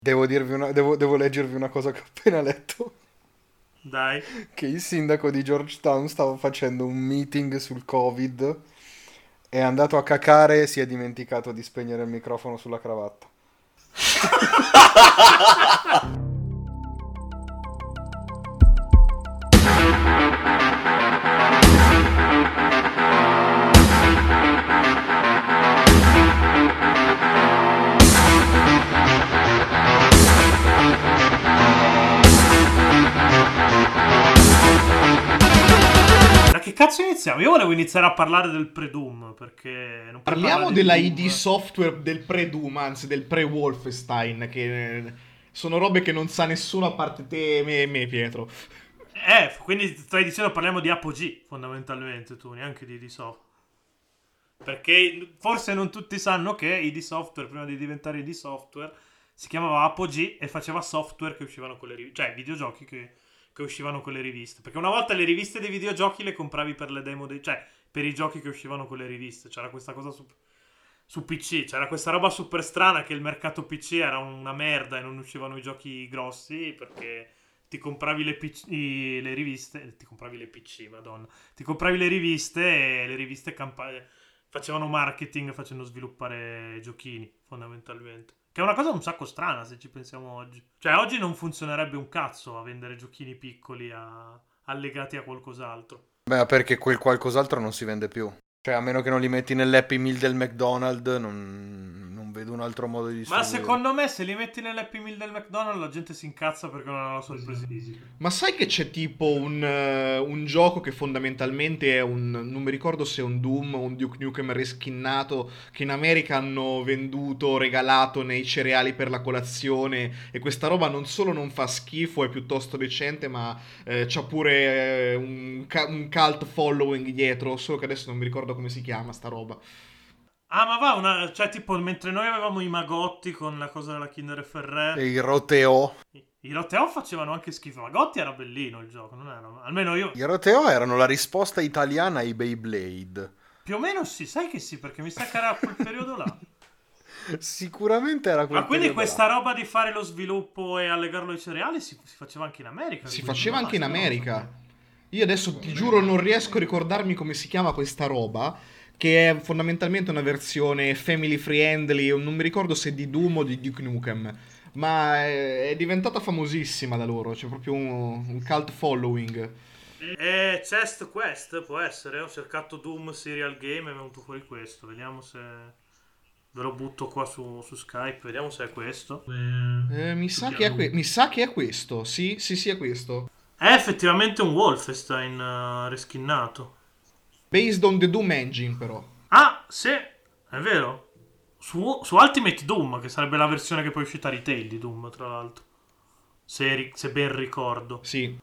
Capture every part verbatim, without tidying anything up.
Devo dirvi una, devo, devo leggervi una cosa che ho appena letto. Dai. Che il sindaco di Georgetown stava facendo un meeting sul Covid. È andato a cacare e si è dimenticato di spegnere il microfono sulla cravatta. Da che cazzo iniziamo? Io volevo iniziare a parlare del pre-Doom, perché non puoi Parliamo parlare di della Doom. I D Software del pre-Doom, anzi del pre-Wolfenstein, che eh, sono robe che non sa nessuno a parte te e me, e me, Pietro. Eh, quindi stai dicendo parliamo di Apogee, fondamentalmente, tu, neanche di I D Software. Perché forse non tutti sanno che I D Software, prima di diventare I D Software, si chiamava Apogee e faceva software che uscivano con le riviste, cioè videogiochi che, che uscivano con le riviste. Perché una volta le riviste dei videogiochi le compravi per le demo, dei, cioè per i giochi che uscivano con le riviste. C'era questa cosa su, su P C, c'era questa roba super strana che il mercato P C era una merda e non uscivano i giochi grossi perché ti compravi le, P C, i- le riviste, ti compravi le P C, madonna, ti compravi le riviste e le riviste campa- facevano marketing facendo sviluppare giochini, fondamentalmente. Che è una cosa un sacco strana se ci pensiamo oggi. Cioè, oggi non funzionerebbe un cazzo a vendere giochini piccoli a- allegati a qualcos'altro. Beh, perché quel qualcos'altro non si vende più. Cioè, a meno che non li metti nell'Happy Meal del McDonald's, non, non vedo un altro modo di Ma distribuire. secondo me se li metti nell'Happy Meal del McDonald's la gente si incazza perché non ha la sorpresa fisica. Ma sai che c'è tipo un, eh, un gioco che fondamentalmente è un, non mi ricordo se è un Doom o un Duke Nukem reskinnato, che in America hanno venduto, regalato nei cereali per la colazione, e questa roba non solo non fa schifo, è piuttosto decente, ma eh, c'ha pure eh, un, ca- un cult following dietro, solo che adesso non mi ricordo come si chiama sta roba. Ah, ma va, una, cioè tipo mentre noi avevamo i Magotti con la cosa della Kinder E Ferré, il Roteo. i, i Roteo facevano anche schifo. Magotti era bellino il gioco, non era, almeno io I Roteo erano la risposta italiana ai Beyblade. più o meno sì, sai che sì, perché mi sa che era quel periodo là. Sicuramente era Ma quel quindi periodo questa là. roba di fare lo sviluppo e allegarlo ai cereali si, si faceva anche in America? Si Quindi faceva no, anche in io non lo America. sapevo. Io adesso ti giuro non riesco a ricordarmi come si chiama questa roba, che è fondamentalmente una versione family friendly, non mi ricordo se di Doom o di Duke Nukem, ma è, è diventata famosissima da loro, c'è proprio un, un cult following. Eh, Chest Quest può essere. Ho cercato Doom Serial Game e è venuto fuori questo. Vediamo se ve lo butto qua su, su Skype. Vediamo se è questo. Eh, mi, sa che è que- mi sa che è questo, sì, sì, sì, è questo. È effettivamente un Wolfenstein uh, reskinnato. Based on the Doom Engine, però. Ah, sì, è vero. Su, su Ultimate Doom, che sarebbe la versione che poi è uscita a retail di Doom, tra l'altro. Se, ri- se ben ricordo. Sì.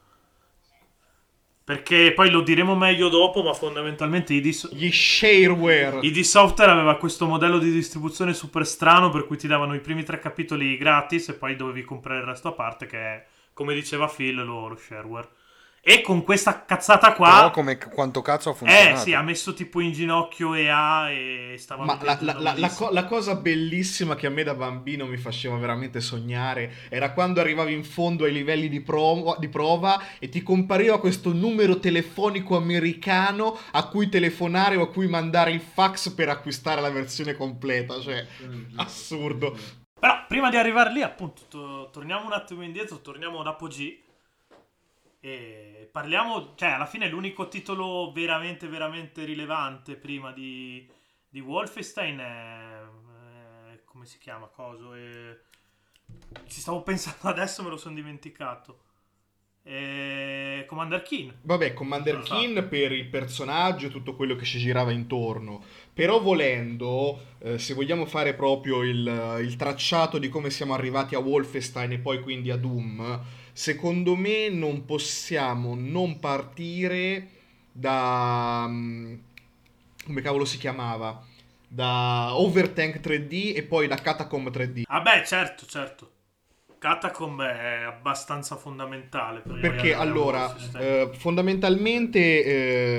Perché poi lo diremo meglio dopo, ma fondamentalmente i dis- Gli shareware. I D Software aveva questo modello di distribuzione super strano per cui ti davano i primi tre capitoli gratis e poi dovevi comprare il resto a parte, che è, come diceva Phil, lo, lo shareware. E con questa cazzata Però qua, come quanto cazzo ha eh funzionato? sì, ha messo tipo in ginocchio E A e stavano Ma la, la- piangendo la- la malissimo. co- la cosa bellissima che a me da bambino mi faceva veramente sognare era quando arrivavi in fondo ai livelli di prova, di prova e ti compariva questo numero telefonico americano a cui telefonare o a cui mandare il fax per acquistare la versione completa. Cioè, assurdo. Però prima di arrivare lì, appunto, to- torniamo un attimo indietro, torniamo ad Apogee e parliamo, cioè alla fine l'unico titolo veramente veramente rilevante prima di, di Wolfenstein è, è- come si chiama, coso, e, ci stavo pensando adesso, me lo sono dimenticato. E, Commander Keen. Vabbè, Commander Ah. Keen per il personaggio e tutto quello che ci girava intorno. Però volendo, eh, se vogliamo fare proprio il, il tracciato di come siamo arrivati a Wolfenstein e poi quindi a Doom, secondo me non possiamo non partire da... mm, come cavolo si chiamava? Da Overtank tre D e poi da Catacomb tre D. Vabbè, certo, certo. Catacomb è abbastanza fondamentale per poi Perché arrivare a allora, Wolfenstein. eh, fondamentalmente, eh,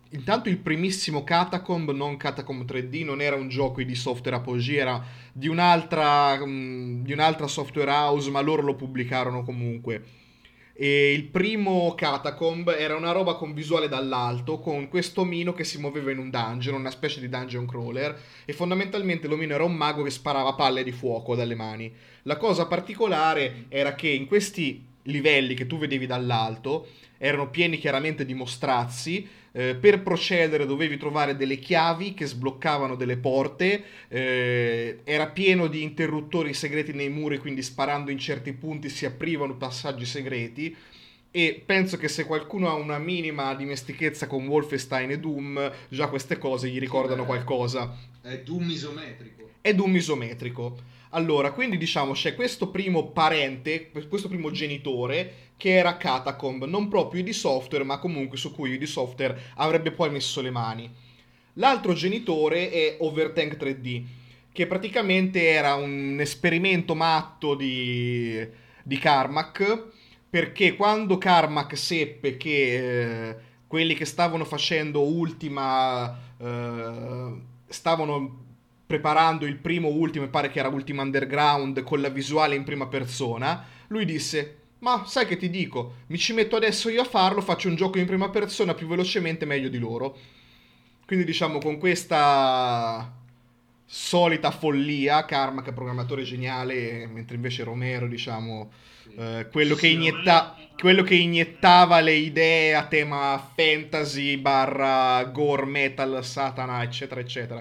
intanto il primissimo Catacomb, non Catacomb tre D, non era un gioco di Software Apogee, era di un'altra, mh, di un'altra software house, ma loro lo pubblicarono comunque. E il primo Catacomb era una roba con visuale dall'alto, con questo omino che si muoveva in un dungeon, una specie di dungeon crawler, e fondamentalmente l'omino era un mago che sparava palle di fuoco dalle mani. La cosa particolare era che in questi livelli che tu vedevi dall'alto erano pieni chiaramente di mostrazzi. Eh, per procedere dovevi trovare delle chiavi che sbloccavano delle porte, eh, era pieno di interruttori segreti nei muri, quindi sparando in certi punti si aprivano passaggi segreti. E penso che se qualcuno ha una minima dimestichezza con Wolfenstein e Doom, già queste cose gli ricordano qualcosa. È Doom isometrico. È Doom isometrico. Allora, quindi diciamo c'è questo primo parente, questo primo genitore che era Catacomb, non proprio id Software, ma comunque su cui id Software avrebbe poi messo le mani. L'altro genitore è Overtank tre D, che praticamente era un esperimento matto di, di Carmack, perché quando Carmack seppe che eh, quelli che stavano facendo Ultima eh, stavano preparando il primo Ultima, mi pare che era Ultima Underground, con la visuale in prima persona, lui disse: ma sai che ti dico, mi ci metto adesso io a farlo, faccio un gioco in prima persona più velocemente, meglio di loro. Quindi diciamo con questa solita follia, Carmack è programmatore geniale, mentre invece Romero, diciamo, eh, quello, che inietta- quello che iniettava le idee a tema fantasy barra gore, metal, satana, eccetera eccetera.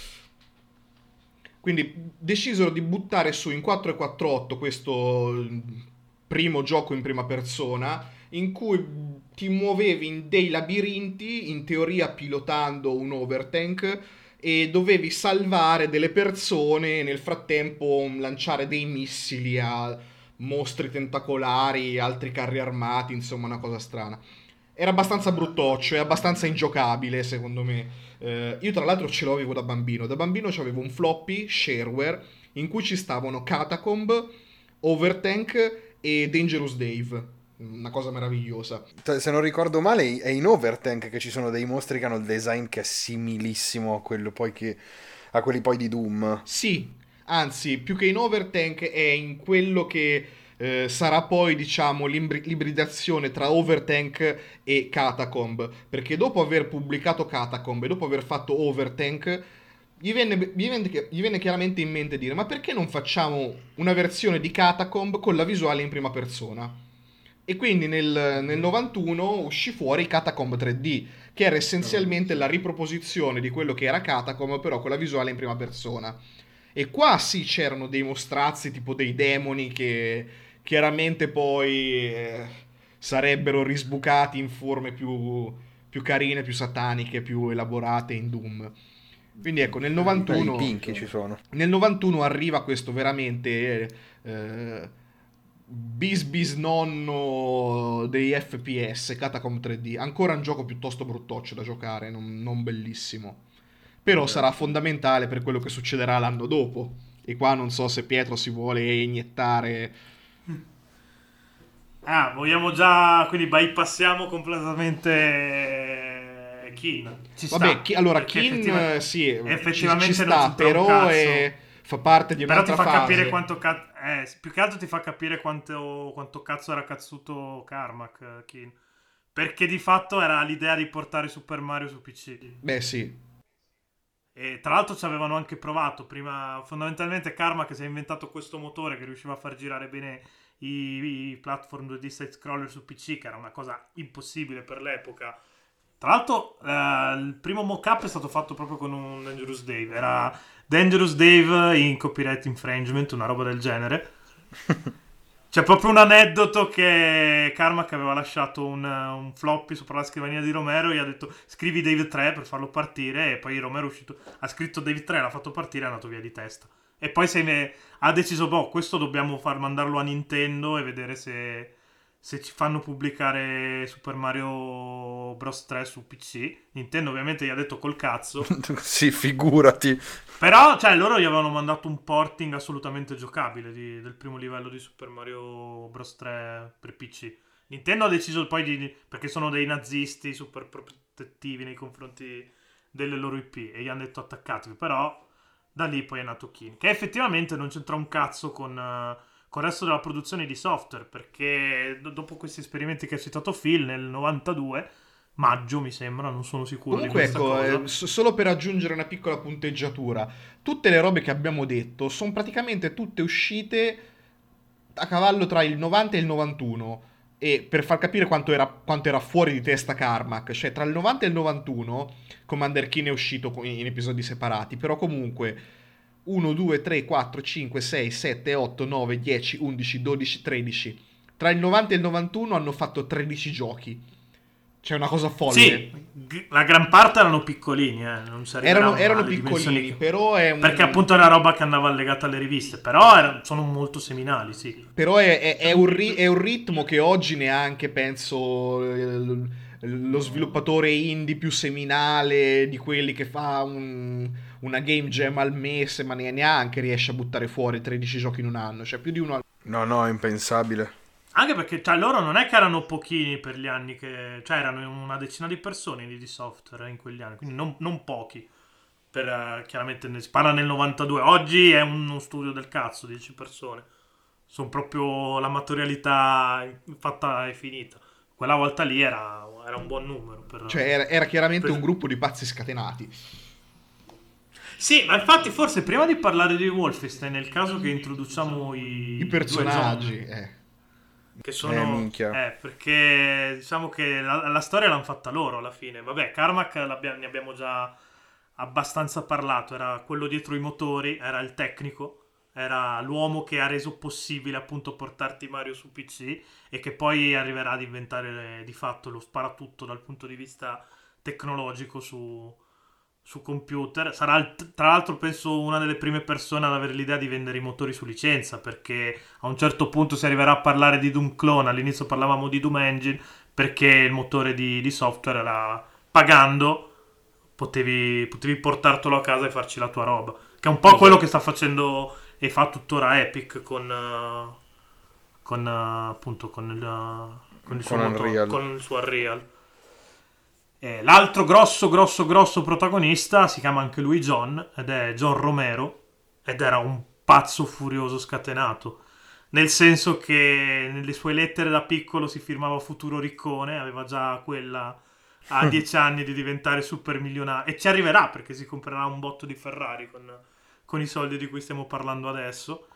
Quindi decisero di buttare su in quattro quattro otto questo primo gioco in prima persona, in cui ti muovevi in dei labirinti, in teoria pilotando un overtank, e dovevi salvare delle persone e nel frattempo lanciare dei missili a mostri tentacolari, altri carri armati, insomma una cosa strana. Era abbastanza bruttoccio, è abbastanza ingiocabile secondo me. Eh, io tra l'altro ce l'avevo da bambino. Da bambino avevo un floppy shareware in cui ci stavano Catacomb, Overtank e Dangerous Dave. Una cosa meravigliosa. Se non ricordo male, è in Overtank che ci sono dei mostri che hanno il design che è similissimo a quello poi che a quelli poi di Doom. Sì, anzi, più che in Overtank è in quello che eh, sarà poi, diciamo, l'ibridazione tra Overtank e Catacomb, perché dopo aver pubblicato Catacomb e dopo aver fatto Overtank gli venne, gli venne, gli venne chiaramente in mente dire: ma perché non facciamo una versione di Catacomb con la visuale in prima persona? E quindi nel, nel novantuno uscì fuori Catacomb tre D, che era essenzialmente la riproposizione di quello che era Catacomb, però con la visuale in prima persona. E qua sì c'erano dei mostrazzi tipo dei demoni che chiaramente poi eh, sarebbero risbucati in forme più, più carine, più sataniche, più elaborate in Doom. Quindi ecco, nel novantuno, I pinchi ci sono. Nel novantuno arriva questo veramente eh, bis bis nonno dei F P S, Catacomb tre D. Ancora un gioco piuttosto bruttoccio da giocare, non, non bellissimo. Però sarà fondamentale per quello che succederà l'anno dopo. E qua non so se Pietro si vuole iniettare. Ah, vogliamo già, quindi bypassiamo completamente Kin. Ci sta. Vabbè, chi, allora Perché Kin effettiva- sì, effettivamente ci, ci non sta, c'entra un però cazzo. è, fa parte di Però un'altra ti fa fase. capire quanto cazzo. Eh, più che altro ti fa capire quanto, quanto cazzo era cazzuto Carmack, Kin. Perché di fatto era l'idea di portare Super Mario su P C. Beh, sì. E tra l'altro ci avevano anche provato prima. Fondamentalmente Carmack si è inventato questo motore che riusciva a far girare bene i, i platform due D side scroller su P C, che era una cosa impossibile per l'epoca. Tra l'altro eh, il primo mock-up è stato fatto proprio con un Dangerous Dave. Era Dangerous Dave in copyright infringement, una roba del genere. C'è proprio un aneddoto che Carmack aveva lasciato un, un floppy sopra la scrivania di Romero e gli ha detto scrivi Dave tre per farlo partire, e poi Romero è uscito, ha scritto Dave tre, l'ha fatto partire e è andato via di testa. E poi se ne, ha deciso, boh, questo dobbiamo far mandarlo a Nintendo e vedere se, se ci fanno pubblicare Super Mario Bros tre su P C. Nintendo ovviamente gli ha detto col cazzo. Sì, figurati. Però, cioè, loro gli avevano mandato un porting assolutamente giocabile di, del primo livello di Super Mario Bros tre per P C. Nintendo ha deciso poi di... perché sono dei nazisti super protettivi nei confronti delle loro I P e gli hanno detto attaccatevi, però da lì poi è nato King, che effettivamente non c'entra un cazzo con, eh, con il resto della produzione di software, perché do- dopo questi esperimenti che ha citato Phil nel novantadue, maggio mi sembra, non sono sicuro di Comunque, questa ecco, cosa. eh, s- solo per aggiungere una piccola punteggiatura, tutte le robe che abbiamo detto sono praticamente tutte uscite a cavallo tra il novanta e il novantuno. E per far capire quanto era, quanto era fuori di testa Carmack, cioè tra il novanta e il novantuno, Commander Keen è uscito co- in episodi separati, però comunque uno, due, tre, quattro, cinque, sei, sette, otto, nove, dieci, undici, dodici, tredici. Tra il novanta e il novantuno hanno fatto tredici giochi. C'è una cosa folle. Sì, g- la gran parte erano piccolini, eh, non si Erano, arriveranno erano alle dimensioni piccolini, che... però è Perché un... appunto era roba che andava allegata alle riviste, però era- sono molto seminali, sì. Però è, è- è un ri- è un ritmo che oggi neanche penso eh, lo sviluppatore indie più seminale di quelli che fa un- una game jam al mese, ma ne- neanche riesce a buttare fuori tredici giochi in un anno, cioè più di uno al... No, no, è impensabile. Anche perché cioè, loro non è che erano pochini per gli anni che... Cioè erano una decina di persone in di software in quegli anni, quindi non, non pochi. Per, eh, chiaramente ne- si parla nel novantadue, oggi è uno studio del cazzo, dieci persone. Sono proprio l'amatorialità fatta e finita. Quella volta lì era, era un buon numero. Per, Cioè era, era chiaramente per- un gruppo di pazzi scatenati. Sì, ma infatti forse prima di parlare di Wolfenstein, nel caso che introduciamo i, I due personaggi, zombie, eh. che Eh, sono... minchia. Eh, perché diciamo che la, la storia l'hanno fatta loro alla fine. Vabbè, Carmack l'abbia- ne abbiamo già abbastanza parlato. Era quello dietro i motori, era il tecnico, era l'uomo che ha reso possibile appunto portarti Mario su P C e che poi arriverà a diventare eh, di fatto lo sparatutto dal punto di vista tecnologico su, su computer. Sarà il- tra l'altro penso una delle prime persone ad avere l'idea di vendere i motori su licenza, perché a un certo punto si arriverà a parlare di Doom Clone, all'inizio parlavamo di Doom Engine, perché il motore di, di software era pagando, potevi, potevi portartelo a casa e farci la tua roba, che è un po' Esatto. quello che sta facendo e fa tuttora Epic con, eh, con eh, appunto con il, con il suo Con motore, Unreal. con il suo Unreal. Eh, l'altro grosso, grosso, grosso protagonista si chiama anche lui John, ed è John Romero, ed era un pazzo furioso scatenato. Nel senso che nelle sue lettere da piccolo si firmava Futuro Riccone, aveva già quella a dieci anni di diventare super milionario. E ci arriverà perché si comprerà un botto di Ferrari con, con i soldi di cui stiamo parlando adesso.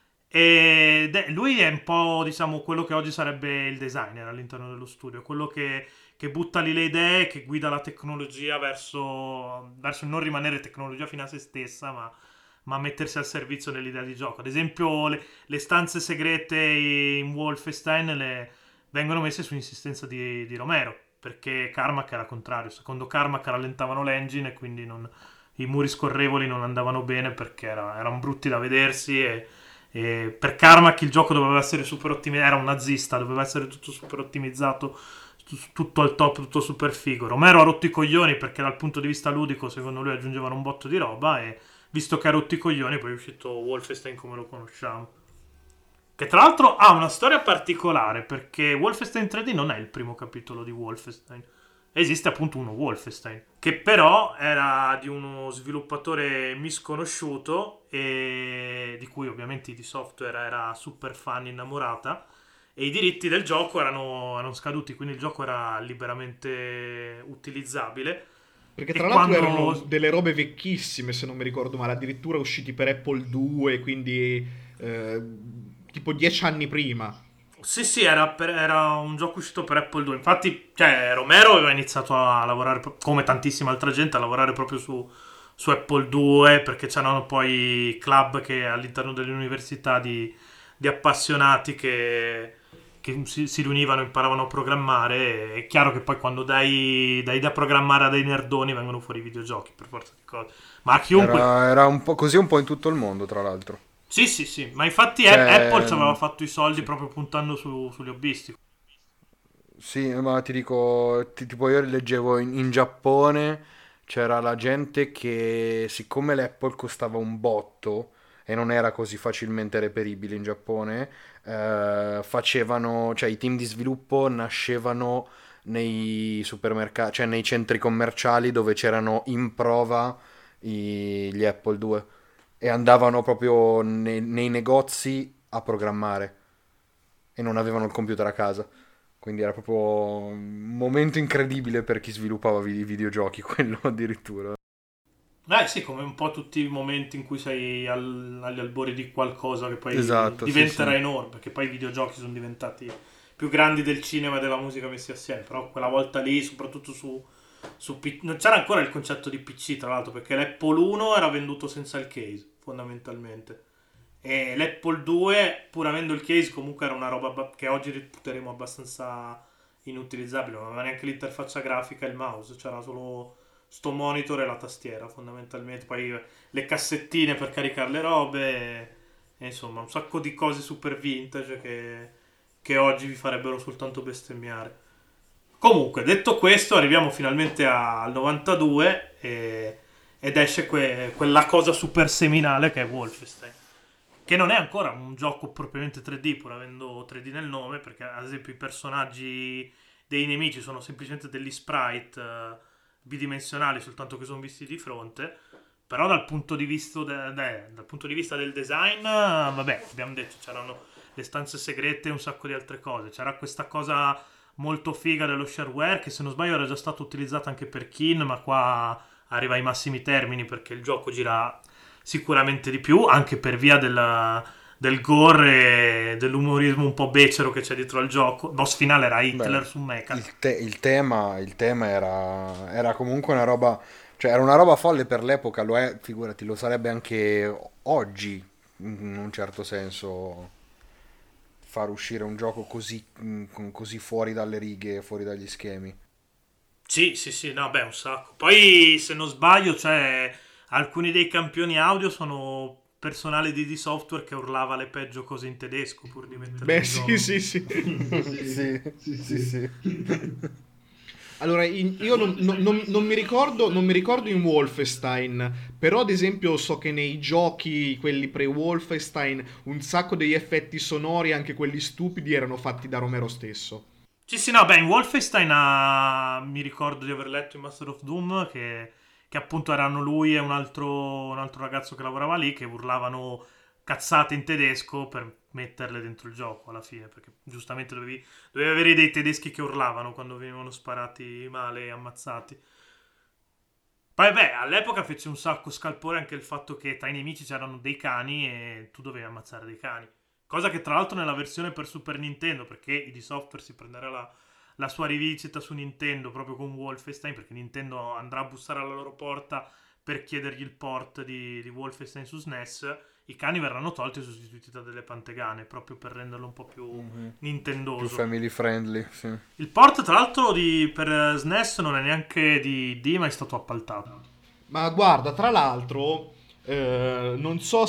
Ed è- lui è un po', diciamo, quello che oggi sarebbe il designer all'interno dello studio, quello che, che butta lì le idee, che guida la tecnologia verso, verso il non rimanere tecnologia fino a se stessa, ma, ma mettersi al servizio dell'idea di gioco. Ad esempio, le, le stanze segrete in Wolfenstein le, vengono messe su insistenza di, di Romero, perché Carmack era contrario. Secondo Carmack rallentavano l'engine e quindi non- i muri scorrevoli non andavano bene perché era- erano brutti da vedersi e e per Carmack il gioco doveva essere super ottimizzato, era un nazista, doveva essere tutto super ottimizzato, tu- tutto al top, tutto super figo. Romero ha rotto i coglioni perché dal punto di vista ludico secondo lui aggiungevano un botto di roba e visto che ha rotto i coglioni poi è uscito Wolfenstein come lo conosciamo. Che tra l'altro ha una storia particolare perché Wolfenstein tre D non è il primo capitolo di Wolfenstein. Esiste appunto uno Wolfenstein, che però era di uno sviluppatore misconosciuto e di cui ovviamente di software era super fan innamorata e i diritti del gioco erano, erano scaduti, quindi il gioco era liberamente utilizzabile. Perché E tra l'altro erano quando... delle robe vecchissime, se non mi ricordo male, addirittura usciti per Apple due, quindi eh, tipo dieci anni prima. Sì, sì, era, per- era un gioco uscito per Apple due. Infatti, cioè, Romero aveva iniziato a lavorare, pro- come tantissima altra gente, a lavorare proprio su, su Apple due, perché c'erano poi club che all'interno delle università di, di appassionati che, che si, si riunivano, imparavano a programmare. È chiaro che poi quando dai, dai da programmare a dei nerdoni vengono fuori i videogiochi, per forza di cose. Ma a chiunque... Era, era un po' così un po' in tutto il mondo, tra l'altro. Sì, sì, sì, ma infatti Cioè, Apple ci aveva mh, fatto i soldi sì. proprio puntando su- sugli hobbisti. Sì, ma ti dico, ti- tipo io leggevo in, in Giappone c'era la gente che, siccome l'Apple costava un botto, e non era così facilmente reperibile in Giappone, eh, facevano, cioè i team di sviluppo nascevano nei supermercati, cioè nei centri commerciali dove c'erano in prova i- gli Apple due e andavano proprio nei, nei negozi a programmare e non avevano il computer a casa. Quindi era proprio un momento incredibile per chi sviluppava vi- videogiochi, quello addirittura. Eh sì, come un po' tutti i momenti in cui sei al- agli albori di qualcosa che poi Esatto, sì, diventerà sì. enorme, perché poi i videogiochi sono diventati più grandi del cinema e della musica messi assieme, però quella volta lì, soprattutto su, su P- non c'era ancora il concetto di P C, tra l'altro, perché l'Apple uno era venduto senza il case, fondamentalmente. E l'Apple due, pur avendo il case, comunque era una roba abba- che oggi reputeremo abbastanza inutilizzabile, non aveva neanche l'interfaccia grafica e il mouse, c'era solo sto monitor e la tastiera fondamentalmente, poi le cassettine per caricare le robe e, e insomma un sacco di cose super vintage che, che oggi vi farebbero soltanto bestemmiare. Comunque, detto questo, arriviamo finalmente a- al novantadue e- ed esce que- quella cosa super seminale che è Wolfenstein, che non è ancora un gioco propriamente tre D, pur avendo tre D nel nome, perché ad esempio i personaggi dei nemici sono semplicemente degli sprite eh, bidimensionali, soltanto che sono visti di fronte. Però dal punto di vista, de- de- dal punto di vista del design, eh, vabbè, abbiamo detto, c'erano le stanze segrete e un sacco di altre cose. C'era questa cosa molto figa dello shareware, che se non sbaglio era già stata utilizzata anche per Kin, ma qua arriva ai massimi termini perché il gioco gira sicuramente di più, anche per via della, del gore e dell'umorismo un po' becero che c'è dietro al gioco. Il boss finale era Beh, Hitler su Mecha. il, te- il tema, il tema era, era comunque una roba, cioè era una roba folle per l'epoca, lo è, figurati, lo sarebbe anche oggi, in un certo senso, far uscire un gioco così, mm, così fuori dalle righe, fuori dagli schemi. Sì, sì, sì, no, beh, un sacco. Poi, se non sbaglio, cioè, alcuni dei campioni audio sono personale di D Software che urlava le peggio cose in tedesco pur di metterlo Beh, in sì, gioco. sì, sì. Sì, sì, sì, sì. sì. Allora, in- io non, non- non- non mi ricordo, non mi ricordo in Wolfenstein, però ad esempio so che nei giochi, quelli pre-Wolfenstein, un sacco degli effetti sonori, anche quelli stupidi, erano fatti da Romero stesso. Sì, sì, no, beh, in Wolfenstein ha- mi ricordo di aver letto in Master of Doom che, che appunto erano lui e un altro, un altro ragazzo che lavorava lì che urlavano cazzate in tedesco per metterle dentro il gioco alla fine, perché giustamente dovevi, dovevi avere dei tedeschi che urlavano quando venivano sparati male e ammazzati. Poi beh, all'epoca fece un sacco scalpore anche il fatto che tra i nemici c'erano dei cani e tu dovevi ammazzare dei cani. Cosa che tra l'altro nella versione per Super Nintendo, perché I D Software si prenderà la, la sua rivincita su Nintendo proprio con Wolfenstein, perché Nintendo andrà a bussare alla loro porta per chiedergli il port di, di Wolfenstein su S N E S, i cani verranno tolti e sostituiti da delle pantegane, proprio per renderlo un po' più Mhm. Più nintendoso. family friendly, sì. Il port, tra l'altro, di, per S N E S non è neanche di D, ma è stato appaltato. Ma guarda, tra l'altro, eh, non so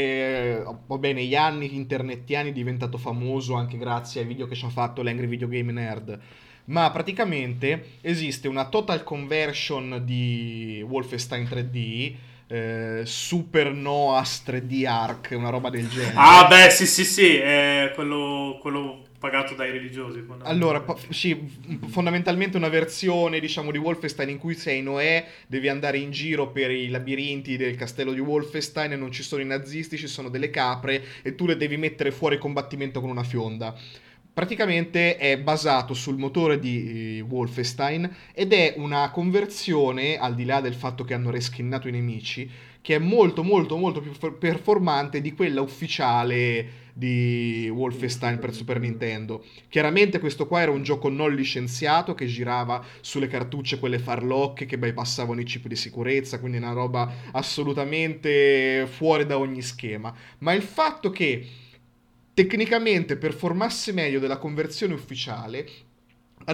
se, vabbè, negli anni internettiani è diventato famoso anche grazie ai video che ci ha fatto l'Angry Video Game Nerd, ma praticamente esiste una total conversion di Wolfenstein tre D, eh, Super Noas tre D Arc, una roba del genere. Ah, beh, sì, sì, sì, è quello, quello pagato dai religiosi. Allora, fondamentalmente. pa- sì, fondamentalmente una versione, diciamo, di Wolfenstein in cui sei Noè, devi andare in giro per i labirinti del castello di Wolfenstein e non ci sono i nazisti, ci sono delle capre e tu le devi mettere fuori combattimento con una fionda. Praticamente è basato sul motore di eh, Wolfenstein ed è una conversione, al di là del fatto che hanno reskinnato i nemici, che è molto molto molto più per- performante di quella ufficiale di Wolfenstein per Super Nintendo. Chiaramente questo qua era un gioco non licenziato che girava sulle cartucce quelle farlocche che bypassavano i chip di sicurezza, quindi una roba assolutamente fuori da ogni schema. Ma il fatto che tecnicamente performasse meglio della conversione ufficiale ha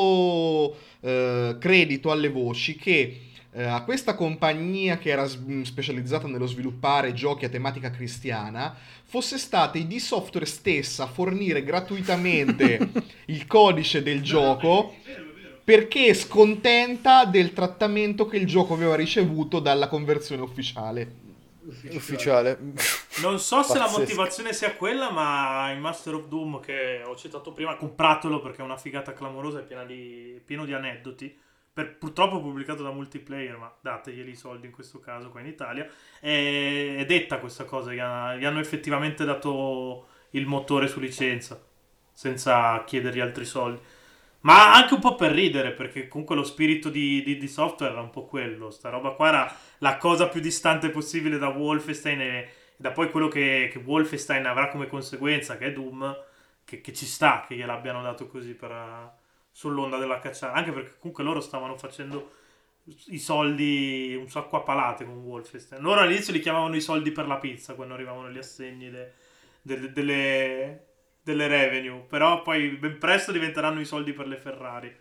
dato eh, credito alle voci che eh, a questa compagnia che era s- specializzata nello sviluppare giochi a tematica cristiana fosse stata I D Software stessa a fornire gratuitamente il codice del gioco perché scontenta del trattamento che il gioco aveva ricevuto dalla conversione ufficiale. ufficiale. ufficiale. Non so se la Pazzesco. motivazione sia quella, ma in Master of Doom, che ho citato prima, compratelo perché è una figata clamorosa, è piena di, pieno di aneddoti. Per, purtroppo pubblicato da Multiplayer, ma dateglieli i soldi in questo caso qua in Italia. È, è detta questa cosa, gli, ha- gli hanno effettivamente dato il motore su licenza, senza chiedergli altri soldi. Ma anche un po' per ridere, perché comunque lo spirito di, di, di software era un po' quello. Sta roba qua era la cosa più distante possibile da Wolfenstein e da poi quello che, che Wolfenstein avrà come conseguenza, che è Doom, che, che ci sta che gliel'abbiano dato così per, uh, sull'onda della cacciata. Anche perché comunque loro stavano facendo i soldi un sacco a palate con Wolfenstein. Loro all'inizio li chiamavano i soldi per la pizza quando arrivavano gli assegni de- de- delle, delle revenue. Però poi ben presto diventeranno i soldi per le Ferrari.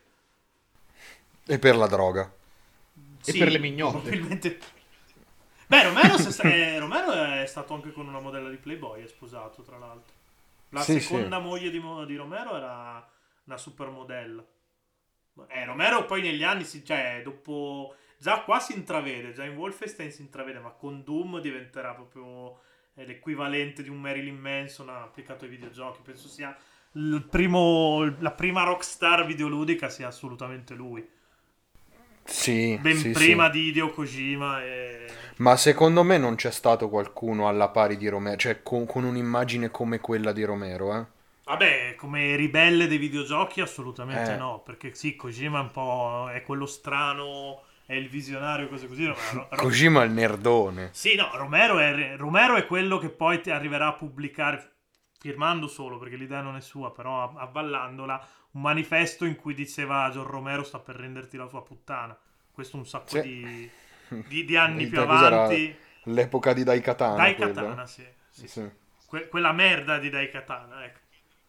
E per la droga. E per le mignotte. Probabilmente. Beh, Romero, se sta- eh, Romero è stato anche con una modella di Playboy, è sposato tra l'altro. La Sì, seconda sì. moglie di, Mo- di Romero era una supermodella. Eh, Romero poi negli anni, si, cioè dopo... Già qua si intravede, già in Wolfenstein si intravede, ma con Doom diventerà proprio eh, l'equivalente di un Marilyn Manson applicato ai videogiochi. Penso sia il primo, la prima rockstar videoludica sia assolutamente lui. Sì, Ben sì, prima sì. di Hideo Kojima e... Ma secondo me non c'è stato qualcuno alla pari di Romero, cioè con, con un'immagine come quella di Romero, eh. Vabbè, come ribelle dei videogiochi assolutamente Eh, no, perché sì, Kojima è un po' è quello strano, è il visionario, cose così. No, Ro- Ro- Kojima il nerdone. sì, no, Romero è, Romero è quello che poi ti arriverà a pubblicare, firmando solo, perché l'idea non è sua, però av- avvallandola, un manifesto in cui diceva John Romero sta per renderti la tua puttana. Questo un sacco Sì. di, di, di anni Il- più Cos'era avanti. l'epoca di Daikatana quella? Daikatana, sì, sì, sì. Sì. Que- quella merda di Daikatana, ecco.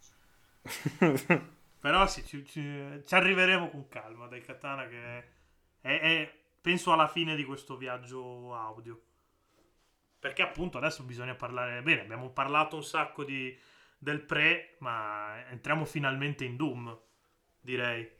Però sì, ci, ci- ci arriveremo con calma. Dai Katana che è, è- penso alla fine di questo viaggio audio. Perché appunto adesso bisogna parlare. Bene, abbiamo parlato un sacco di, del pre, ma entriamo finalmente in Doom, direi.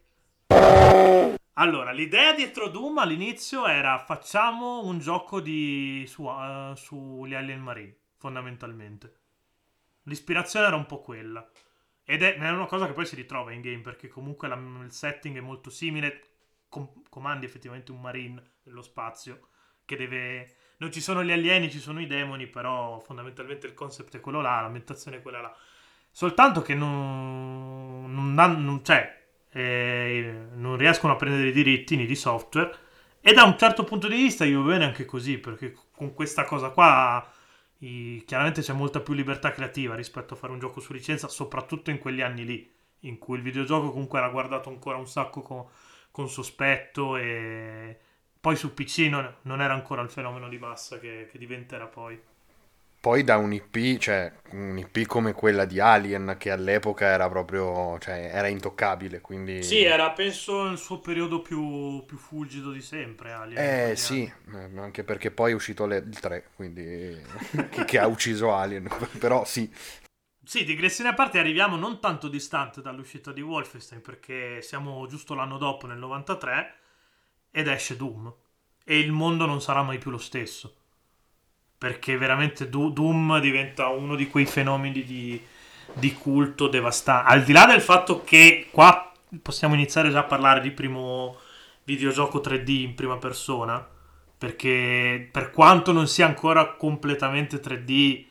Allora, l'idea dietro Doom all'inizio era facciamo un gioco di, su, uh, sugli Alien Marine, fondamentalmente. L'ispirazione era un po' quella. Ed è, è una cosa che poi si ritrova in game, perché comunque la- il setting è molto simile. Com- comandi effettivamente un marine nello spazio che deve... Non ci sono gli alieni, ci sono i demoni, però fondamentalmente il concept è quello là, l'ambientazione è quella là. Soltanto che non... non, dan- non- cioè, eh, non riescono a prendere i diritti di software. E da un certo punto di vista io va bene anche così, perché con questa cosa qua i- chiaramente c'è molta più libertà creativa rispetto a fare un gioco su licenza, soprattutto in quegli anni lì, in cui il videogioco comunque era guardato ancora un sacco con, con sospetto e poi su P C non, non era ancora il fenomeno di massa che, che diventerà poi. Poi da un I P, cioè un I P come quella di Alien, che all'epoca era proprio, cioè era intoccabile, Sì, quindi... era penso il suo periodo più, più fulgido di sempre, Alien, in Eh quegli sì, anni. eh, anche perché poi è uscito le- il tre, quindi... che, che ha ucciso Alien, però sì. Sì, digressione a parte, arriviamo non tanto distante dall'uscita di Wolfenstein, perché siamo giusto l'anno dopo, nel novantatré, ed esce Doom. E il mondo non sarà mai più lo stesso. Perché veramente Do- Doom diventa uno di quei fenomeni di, di culto devastanti. Al di là del fatto che qua possiamo iniziare già a parlare di primo videogioco tre D in prima persona, perché per quanto non sia ancora completamente tre D,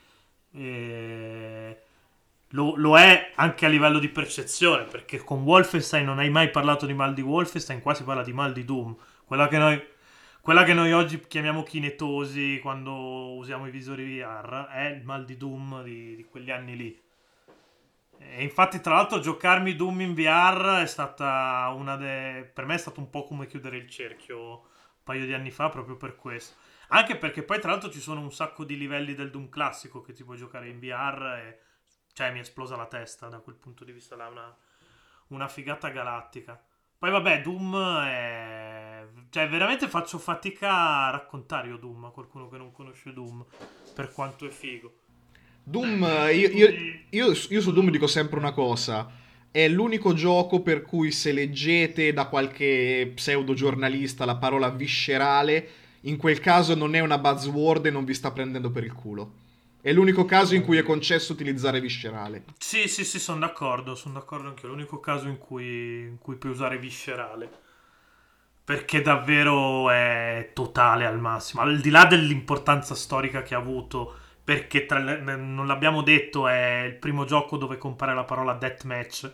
eh, lo, lo è anche a livello di percezione, perché con Wolfenstein non hai mai parlato di mal di Wolfenstein, qua si parla di mal di Doom, quella che noi, quella che noi oggi chiamiamo kinetosi quando usiamo i visori V R, è il mal di Doom di, di quegli anni lì. E infatti, tra l'altro, giocarmi Doom in V R è stata una de... per me è stato un po' come chiudere il cerchio un paio di anni fa, proprio per questo. Anche perché poi, tra l'altro, ci sono un sacco di livelli del Doom classico che ti puoi giocare in V R e... Cioè, mi è esplosa la testa da quel punto di vista là, una, una figata galattica. Poi vabbè, Doom è... Cioè, veramente faccio fatica a raccontare io Doom a qualcuno che non conosce Doom, per quanto è figo. Doom, eh, io, io- io- io su Doom dico sempre una cosa. È l'unico gioco per cui se leggete da qualche pseudo giornalista la parola viscerale, in quel caso non è una buzzword e non vi sta prendendo per il culo. È l'unico caso in cui è concesso utilizzare viscerale. Sì, sì, sì, sono d'accordo, sono d'accordo anche io. È l'unico caso in cui, in cui puoi usare viscerale. Perché davvero è totale al massimo. Al di là dell'importanza storica che ha avuto, perché tra le- non l'abbiamo detto, è il primo gioco dove compare la parola deathmatch.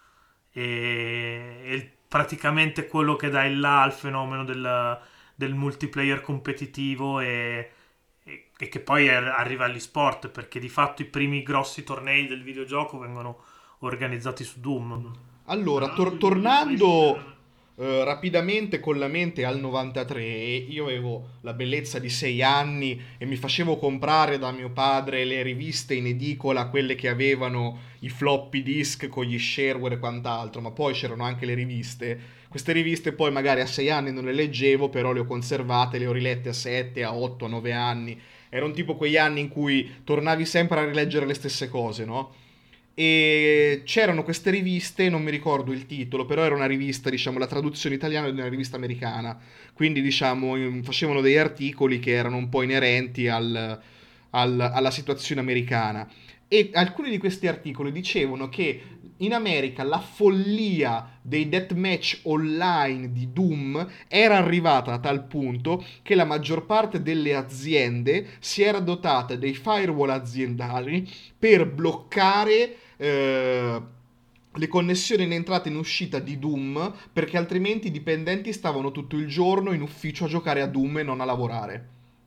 E è praticamente quello che dà il là al fenomeno del, del multiplayer competitivo e, e- e che poi ar- arriva agli sport, perché di fatto i primi grossi tornei del videogioco vengono organizzati su Doom. Allora, tor- tornando eh, rapidamente con la mente al novantatré, io avevo la bellezza di sei anni e mi facevo comprare da mio padre le riviste in edicola, quelle che avevano i floppy disk con gli shareware e quant'altro, ma poi c'erano anche le riviste. Queste riviste poi magari a sei anni non le leggevo, però le ho conservate, le ho rilette a sette, a otto, a nove anni. Erano tipo quegli anni in cui tornavi sempre a rileggere le stesse cose, no? E c'erano queste riviste, non mi ricordo il titolo, però era una rivista, diciamo, la traduzione italiana di una rivista americana, quindi diciamo in- facevano degli articoli che erano un po' inerenti al- al- alla situazione americana. E alcuni di questi articoli dicevano che in America la follia dei deathmatch online di Doom era arrivata a tal punto che la maggior parte delle aziende si era dotata dei firewall aziendali per bloccare eh, le connessioni in entrata e in uscita di Doom, perché altrimenti i dipendenti stavano tutto il giorno in ufficio a giocare a Doom e non a lavorare.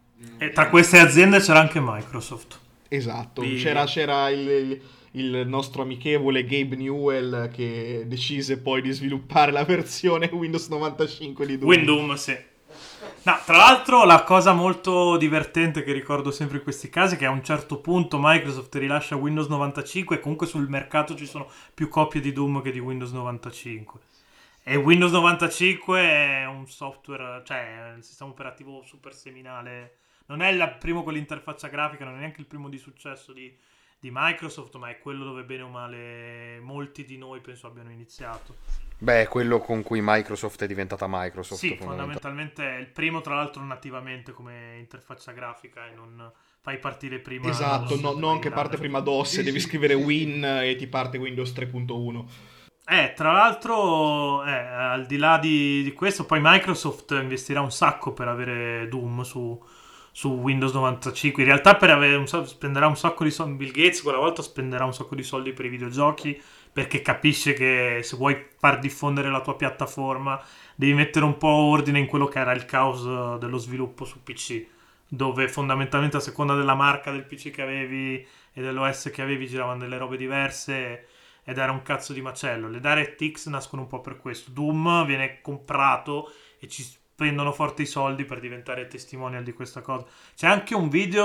E tra queste aziende c'era anche Microsoft. Esatto, Bi- c'era, c'era il, il- il nostro amichevole Gabe Newell che decise poi di sviluppare la versione Windows novantacinque di Doom. Windows, sì. No, tra l'altro la cosa molto divertente che ricordo sempre in questi casi è che a un certo punto Microsoft rilascia Windows novantacinque e comunque sul mercato ci sono più copie di Doom che di Windows novantacinque. E Windows novantacinque è un software, cioè è il sistema operativo super seminale. Non è il primo con l'interfaccia grafica, non è neanche il primo di successo di, di Microsoft, ma è quello dove bene o male molti di noi penso abbiano iniziato. Beh, è quello con cui Microsoft è diventata Microsoft. Sì, fondamentalmente. fondamentalmente è il primo, tra l'altro, nativamente come interfaccia grafica e non fai partire prima. Esatto, DOS, no- poi non che la- parte prima DOS, Sì, devi sì, scrivere sì, sì. Win e ti parte Windows tre punto uno. Eh, tra l'altro, eh, al di là di, di questo, poi Microsoft investirà un sacco per avere Doom su, su Windows novantacinque. In realtà, per avere un, sa- spenderà un sacco di soldi. Bill Gates quella volta spenderà un sacco di soldi per i videogiochi perché capisce che se vuoi far diffondere la tua piattaforma devi mettere un po' ordine in quello che era il caos eh, dello sviluppo su P C, dove fondamentalmente a seconda della marca del P C che avevi e dell'O S che avevi giravano delle robe diverse ed era un cazzo di macello. Le DirectX nascono un po' per questo. Doom viene comprato e ci spendono forti soldi per diventare testimonial di questa cosa. C'è anche un video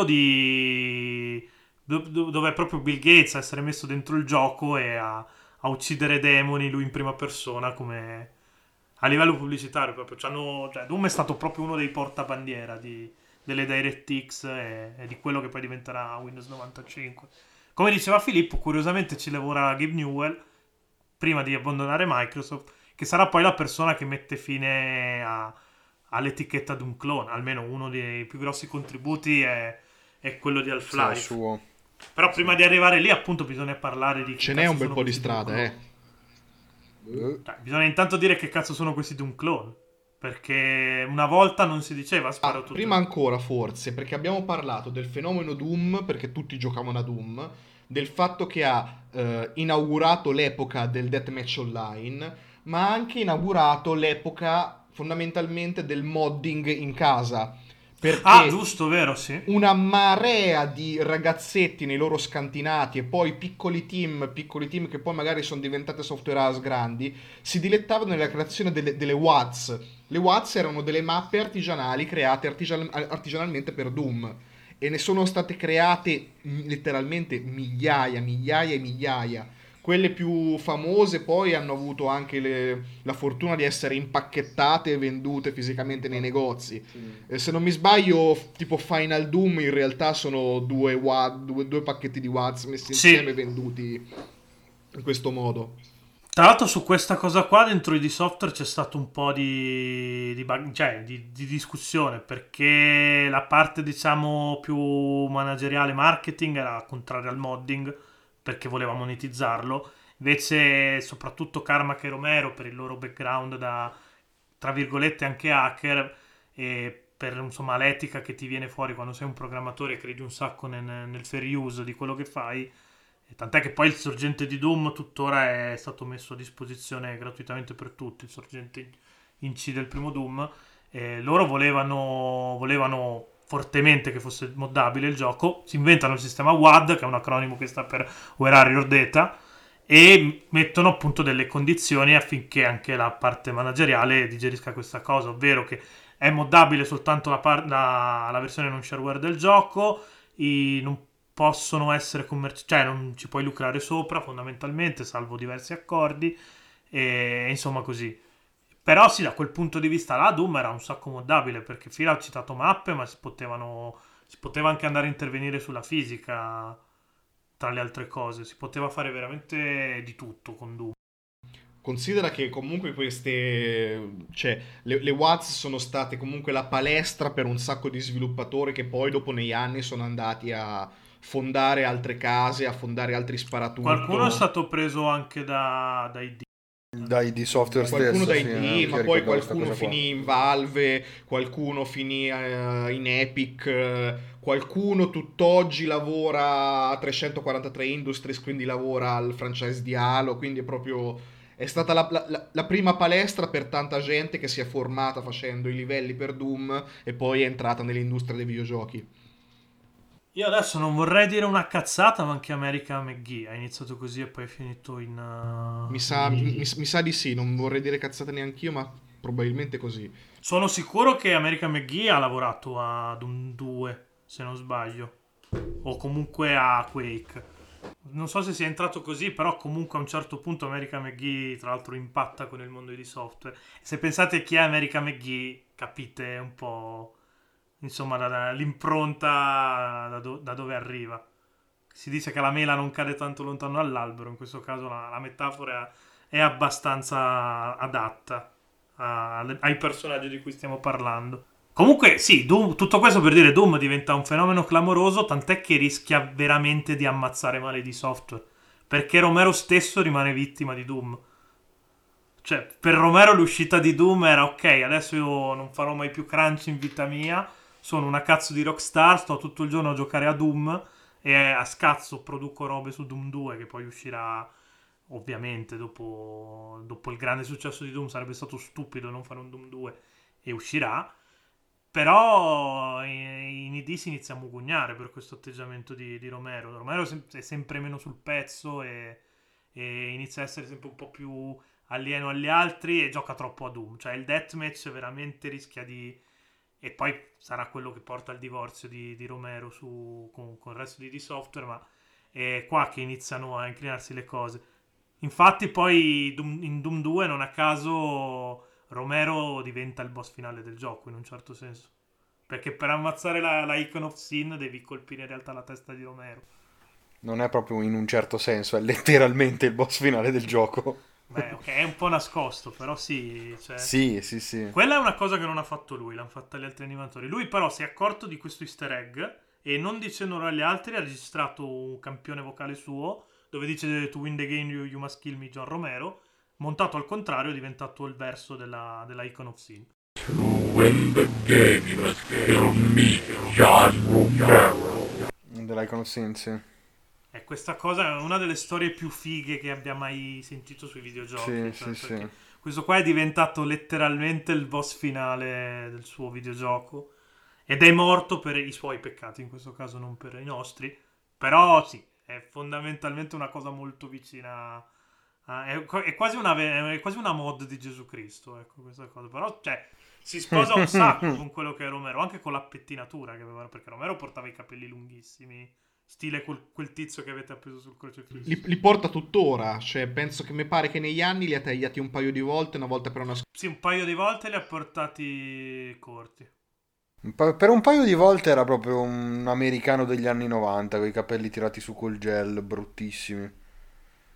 di do- do- dove è proprio Bill Gates a essere messo dentro il gioco e a, a uccidere demoni lui in prima persona come a livello pubblicitario proprio. C'hanno- cioè, Doom è stato proprio uno dei portabandiera di, delle DirectX e, e di quello che poi diventerà Windows novantacinque. Come diceva Filippo, curiosamente ci lavora Gabe Newell prima di abbandonare Microsoft, che sarà poi la persona che mette fine a- all'etichetta di un clone. Almeno uno dei più grossi contributi è, è quello di Sì, è Half-Life. suo. Però prima di arrivare lì, appunto, bisogna parlare di che Ce n'è cazzo un bel sono po' di questi Doom strada, clone. eh. Eh, Cioè, bisogna intanto dire che cazzo sono questi Doom clone. Perché una volta non si diceva sparo Ah, tutto. prima ancora forse, perché abbiamo parlato del fenomeno Doom, perché tutti giocavano a Doom, del fatto che ha eh, inaugurato l'epoca del deathmatch online, ma ha anche inaugurato l'epoca fondamentalmente del modding in casa. Perché Ah, giusto, vero, sì. una marea di ragazzetti nei loro scantinati e poi piccoli team, piccoli team che poi magari sono diventate software house grandi, si dilettavano nella creazione delle, delle W A D S. Le W A D S erano delle mappe artigianali create artigian- artigianalmente per Doom e ne sono state create m- letteralmente migliaia, migliaia e migliaia. Quelle più famose poi hanno avuto anche le- la fortuna di essere impacchettate e vendute fisicamente nei negozi. Eh, se non mi sbaglio, f- tipo Final Doom in realtà sono due, wa- due, due pacchetti di W A D S messi Sì. insieme e venduti in questo modo. Tra l'altro su questa cosa qua dentro i di Software c'è stato un po' di, di, bug- cioè, di, di discussione, perché la parte diciamo più manageriale marketing era contraria al modding perché voleva monetizzarlo, invece soprattutto Carmack e Romero per il loro background da tra virgolette anche hacker e per insomma l'etica che ti viene fuori quando sei un programmatore e credi un sacco nel, nel fair use di quello che fai. E tant'è che poi il sorgente di Doom tuttora è stato messo a disposizione gratuitamente per tutti, il sorgente in C del primo Doom. E loro volevano, volevano fortemente che fosse moddabile il gioco, si inventano il sistema W A D, che è un acronimo che sta per Where Are Your Data, e mettono appunto delle condizioni affinché anche la parte manageriale digerisca questa cosa, ovvero che è moddabile soltanto la, par- la, la versione non shareware del gioco, i, non possono essere commerciali, cioè non ci puoi lucrare sopra fondamentalmente, salvo diversi accordi, e insomma così. Però sì, da quel punto di vista là Doom era un sacco moddabile, perché Phil ha citato mappe, ma si potevano, si poteva anche andare a intervenire sulla fisica, tra le altre cose, si poteva fare veramente di tutto con Doom. Considera che comunque queste, cioè, le, le W A D S sono state comunque la palestra per un sacco di sviluppatori che poi dopo negli anni sono andati a fondare altre case, a fondare altri Qualcuno è sparatutto. stato preso anche da, dai D. Dai di software Qualcuno stesso, da sì, I D, eh, ma che poi ricordavo sta qualcuno cosa qua. finì in Valve, qualcuno finì eh, in Epic, eh, qualcuno tutt'oggi lavora a trecentoquarantatré Industries, quindi lavora al franchise di Halo, quindi è proprio... È stata la, la- la prima palestra per tanta gente che si è formata facendo i livelli per Doom e poi è entrata nell'industria dei videogiochi. Io adesso non vorrei dire una cazzata, ma anche America McGee ha iniziato così e poi è finito in, Mi uh, in sa, mi, mi- I D. mi sa di sì, non vorrei dire cazzate neanch'io, ma probabilmente così. Sono sicuro che America McGee ha lavorato a Doom due, se non sbaglio, o comunque a Quake. Non so se sia entrato così, però comunque a un certo punto America McGee, tra l'altro, impatta con il mondo di software. Se pensate chi è America McGee, capite un po', insomma, la- la- l'impronta da, do- da dove arriva. Si dice che la mela non cade tanto lontano dall'albero, in questo caso la, la metafora è abbastanza adatta a- ai personaggi di cui stiamo parlando. Comunque, sì, Doom- tutto questo per dire Doom diventa un fenomeno clamoroso, tant'è che rischia veramente di ammazzare male di software. Perché Romero stesso rimane vittima di Doom. Cioè, per Romero l'uscita di Doom era ok, adesso io non farò mai più crunch in vita mia, sono una cazzo di rockstar, sto tutto il giorno a giocare a Doom e a scazzo produco robe su Doom due che poi uscirà ovviamente dopo, dopo il grande successo di Doom, sarebbe stato stupido non fare un Doom due e uscirà. Però in I D si inizia a mugugnare per questo atteggiamento di, di Romero. Romero è sempre meno sul pezzo e, e inizia a essere sempre un po' più alieno agli altri e gioca troppo a Doom. Cioè il deathmatch veramente rischia di... E poi sarà quello che porta al divorzio di, di Romero su, con, con il resto di, di software, ma è qua che iniziano a inclinarsi le cose. Infatti poi Doom- in Doom due non a caso Romero diventa il boss finale del gioco in un certo senso. Perché per ammazzare la, la Icon of Sin devi colpire in realtà la testa di Romero. Non è proprio in un certo senso, è letteralmente il boss finale del gioco. Beh, ok, è un po' nascosto, però sì, cioè... Sì, sì, sì. Quella è una cosa che non ha fatto lui, l'hanno fatta gli altri animatori. Lui però si è accorto di questo easter egg e non dicendolo agli altri ha registrato un campione vocale suo dove dice to win the game you, you must kill me John Romero, montato al contrario è diventato il verso della, della Icon of Sin. Win the game, you must kill me, John Romero. Dell'Icon of Sin, sì. E questa cosa è una delle storie più fighe che abbia mai sentito sui videogiochi. Sì, cioè, sì, perché sì. questo qua è diventato letteralmente il boss finale del suo videogioco. Ed è morto per i suoi peccati, in questo caso non per i nostri. Però sì, è fondamentalmente una cosa molto vicina. A, è, è, quasi una, è quasi una mod di Gesù Cristo, ecco questa cosa. Però, cioè, si sposa un sacco con quello che è Romero, anche con la pettinatura che aveva, perché Romero portava i capelli lunghissimi. Stile quel, quel tizio che avete appeso sul crocifisso. Li, li porta tuttora, cioè penso che mi pare che negli anni li ha tagliati un paio di volte, una volta per una Sì, un paio di volte li ha portati corti. Un pa- per un paio di volte era proprio un americano degli anni novanta, con i capelli tirati su col gel, bruttissimi.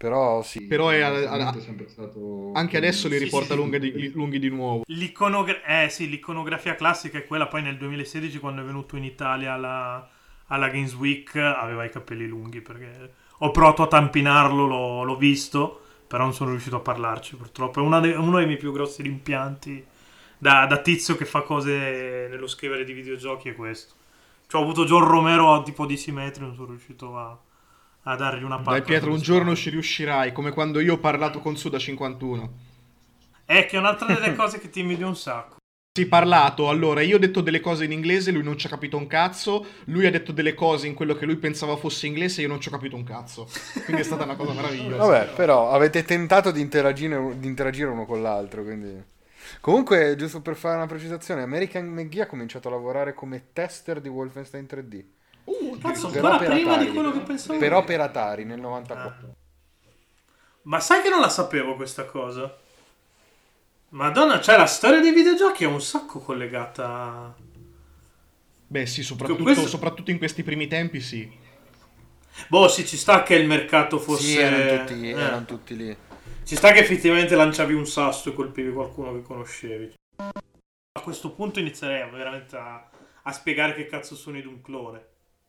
Però sì. Però è, Ovviamente è sempre stato anche adesso li Sì, riporta sì, lunghi, sì. di, lunghi di nuovo. L'iconogra- eh, sì, l'iconografia classica è quella. Poi nel duemilasedici, quando è venuto in Italia alla, alla Games Week, aveva i capelli lunghi, perché ho provato a tampinarlo, l'ho, l'ho visto, però non sono riuscito a parlarci purtroppo. È una de- uno dei miei più grossi rimpianti da, da tizio che fa cose nello scrivere di videogiochi è questo. Cioè, ho avuto John Romero a tipo dieci metri, non sono riuscito a, a dargli una pacca Dai Pietro, sulle un giorno spalle. ci riuscirai, come quando io ho parlato con Suda cinquantuno. È che è un'altra delle cose che ti invidio un sacco. Sì, parlato, allora io ho detto delle cose in inglese, lui non ci ha capito un cazzo, lui ha detto delle cose in quello che lui pensava fosse inglese e io non ci ho capito un cazzo. Quindi è stata una cosa meravigliosa. Vabbè, però avete tentato di interagire, di interagire uno con l'altro, quindi... Comunque, giusto per fare una precisazione, American McGee ha cominciato a lavorare come tester di Wolfenstein tre D. Uh, Cazzo, Però ancora per prima Atari. di quello che pensavo. Però io. per Atari nel novantaquattro. Ah. Ma sai che non la sapevo questa cosa? Madonna, cioè la storia dei videogiochi è un sacco collegata. Beh sì, soprattutto, Questo- soprattutto in questi primi tempi sì. Boh, sì, ci sta che il mercato fosse. Sì, erano tutti, eh. erano tutti lì. Ci sta che effettivamente lanciavi un sasso e colpivi qualcuno che conoscevi. A questo punto inizierei veramente a, a spiegare che cazzo sono i Doomclone.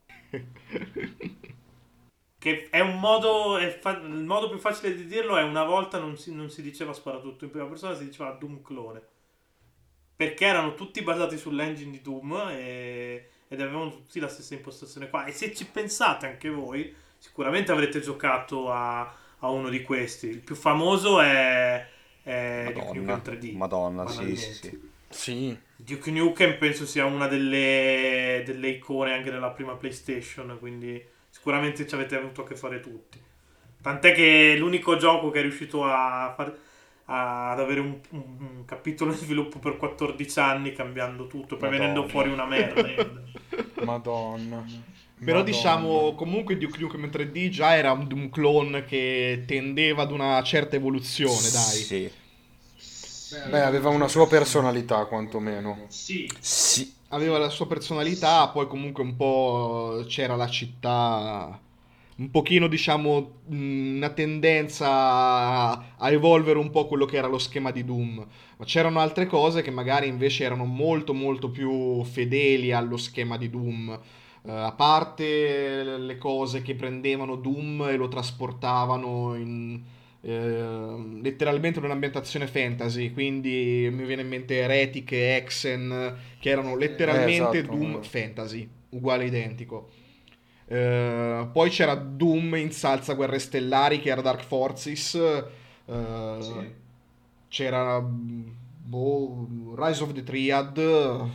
Che è un modo. È fa- il modo più facile di dirlo è: una volta non si, non si diceva sparatutto in prima persona, si diceva Doomclone. Perché erano tutti basati sull'engine di Doom e, ed avevano tutti la stessa impostazione qua. E se ci pensate anche voi, sicuramente avrete giocato a, a uno di questi. Il più famoso è, è Duke Madonna, Nukem tre D. Madonna, sì, banalmente. sì, sì. Sì. Duke Nukem penso sia una delle, delle icone anche della prima PlayStation, quindi sicuramente ci avete avuto a che fare tutti. Tant'è che l'unico gioco che è riuscito a far, a- ad avere un, un- un capitolo di sviluppo per quattordici anni, cambiando tutto, poi Madonna. venendo fuori una merda. Madonna. Però Madonna. diciamo, comunque Duke Nukem tre D già era un Doom clone che tendeva ad una certa evoluzione, dai. Sì. Beh, aveva una sua personalità, quantomeno. Sì, Sì. Aveva la sua personalità, poi comunque un po' c'era la città, un pochino diciamo mh, una tendenza a, a evolvere un po' quello che era lo schema di Doom, ma c'erano altre cose che magari invece erano molto molto più fedeli allo schema di Doom. Eh, a parte le cose che prendevano Doom e lo trasportavano in eh, letteralmente in un'ambientazione fantasy, quindi mi viene in mente Heretic e Hexen, che erano letteralmente Eh, esatto. Doom fantasy, uguale identico. Eh, poi c'era Doom in salsa Guerre Stellari, che era Dark Forces. eh, sì. C'era boh, Rise of the Triad.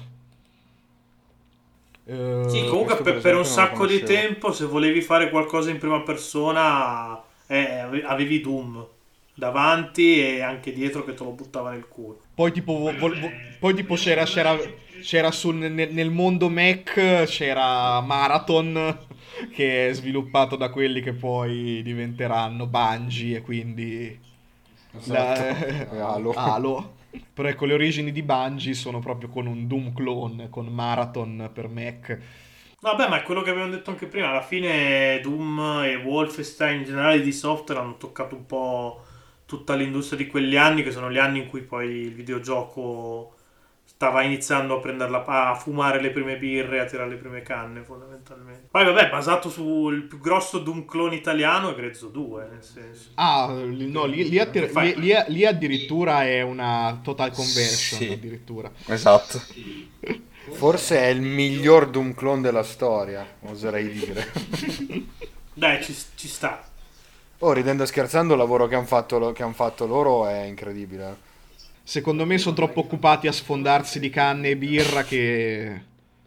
eh, Sì, comunque questo per, per per un esempio non lo sacco di conoscevo. tempo, se volevi fare qualcosa in prima persona, eh, ave- avevi Doom davanti e anche dietro che te lo buttava nel culo. Poi tipo, vo- vo- vo- poi, tipo c'era, c'era, c'era sul, nel, nel mondo Mac c'era Marathon, che è sviluppato da quelli che poi diventeranno Bungie e quindi la- Esatto. E Halo. Halo. Però ecco, le origini di Bungie sono proprio con un Doom clone, con Marathon per Mac. Vabbè, ma è quello che avevamo detto anche prima. Alla fine Doom e Wolfenstein in generale di software hanno toccato un po' tutta l'industria di quegli anni, che sono gli anni in cui poi il videogioco stava iniziando a prenderla, a fumare le prime birre, a tirare le prime canne, fondamentalmente. Poi vabbè, basato sul più grosso Doom clone italiano è Grezzo due, nel senso. Ah, no, lì, lì attir- lì- lì- lì addirittura è una total conversion, Sì. addirittura. Esatto. Forse è il miglior Doom clone della storia, oserei dire. Dai, ci, ci sta. Oh, ridendo e scherzando, il lavoro che hanno fatto, lo- che han fatto loro è incredibile. Secondo me sono troppo occupati a sfondarsi di canne e birra che...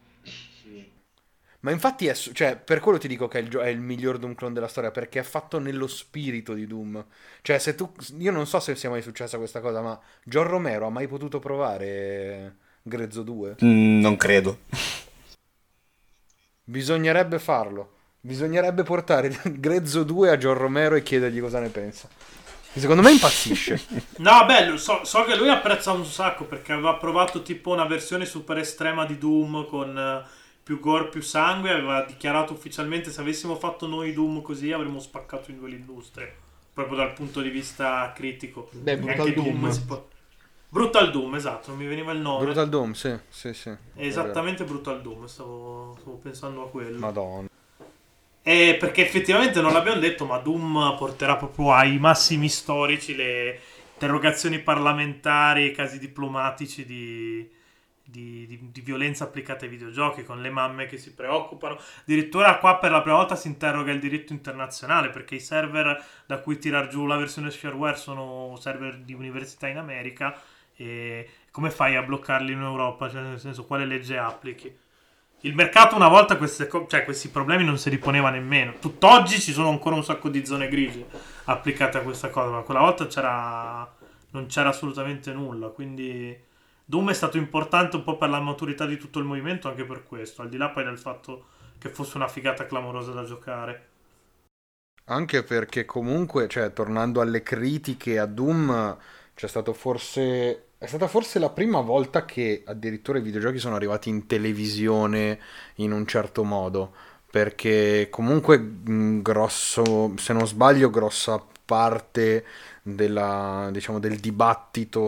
Ma infatti è, su- cioè, per quello ti dico che è il, gio- è il miglior Doom clone della storia, perché è fatto nello spirito di Doom. Cioè, se tu, io non so se sia mai successa questa cosa, ma John Romero ha mai potuto provare Grezzo due? Mm, non credo. Bisognerebbe farlo. Bisognerebbe portare Grezzo due a John Romero e chiedergli cosa ne pensa. Secondo me impazzisce. No, bello, so, so che lui apprezza un sacco perché aveva provato tipo una versione super estrema di Doom con eh, più gore, più sangue. Aveva dichiarato ufficialmente: se avessimo fatto noi Doom così avremmo spaccato in due l'industria. proprio dal punto di vista critico. Beh, Perché Brutal anche Doom. si può... Brutal Doom, esatto, non mi veniva il nome. Brutal Doom, sì, sì, sì. È esattamente Brutal Doom, stavo, stavo pensando a quello. Madonna. E perché effettivamente non l'abbiamo detto, ma Doom porterà proprio ai massimi storici le interrogazioni parlamentari, i casi diplomatici di, di, di, di violenza applicata ai videogiochi, con le mamme che si preoccupano. Addirittura qua per la prima volta si interroga il diritto internazionale, perché i server da cui tirar giù la versione shareware sono server di università in America, e come fai a bloccarli in Europa? Cioè, nel senso, quale legge applichi? Il mercato una volta queste co- cioè, questi problemi non si riponeva nemmeno. Tutt'oggi ci sono ancora un sacco di zone grigie applicate a questa cosa, ma quella volta c'era non c'era assolutamente nulla. Quindi Doom è stato importante un po' per la maturità di tutto il movimento, anche per questo, al di là poi del fatto che fosse una figata clamorosa da giocare. Anche perché comunque, cioè, tornando alle critiche a Doom, c'è stato forse... È stata forse la prima volta che addirittura i videogiochi sono arrivati in televisione in un certo modo. Perché comunque, mh, grosso, se non sbaglio, grossa parte della, diciamo, del dibattito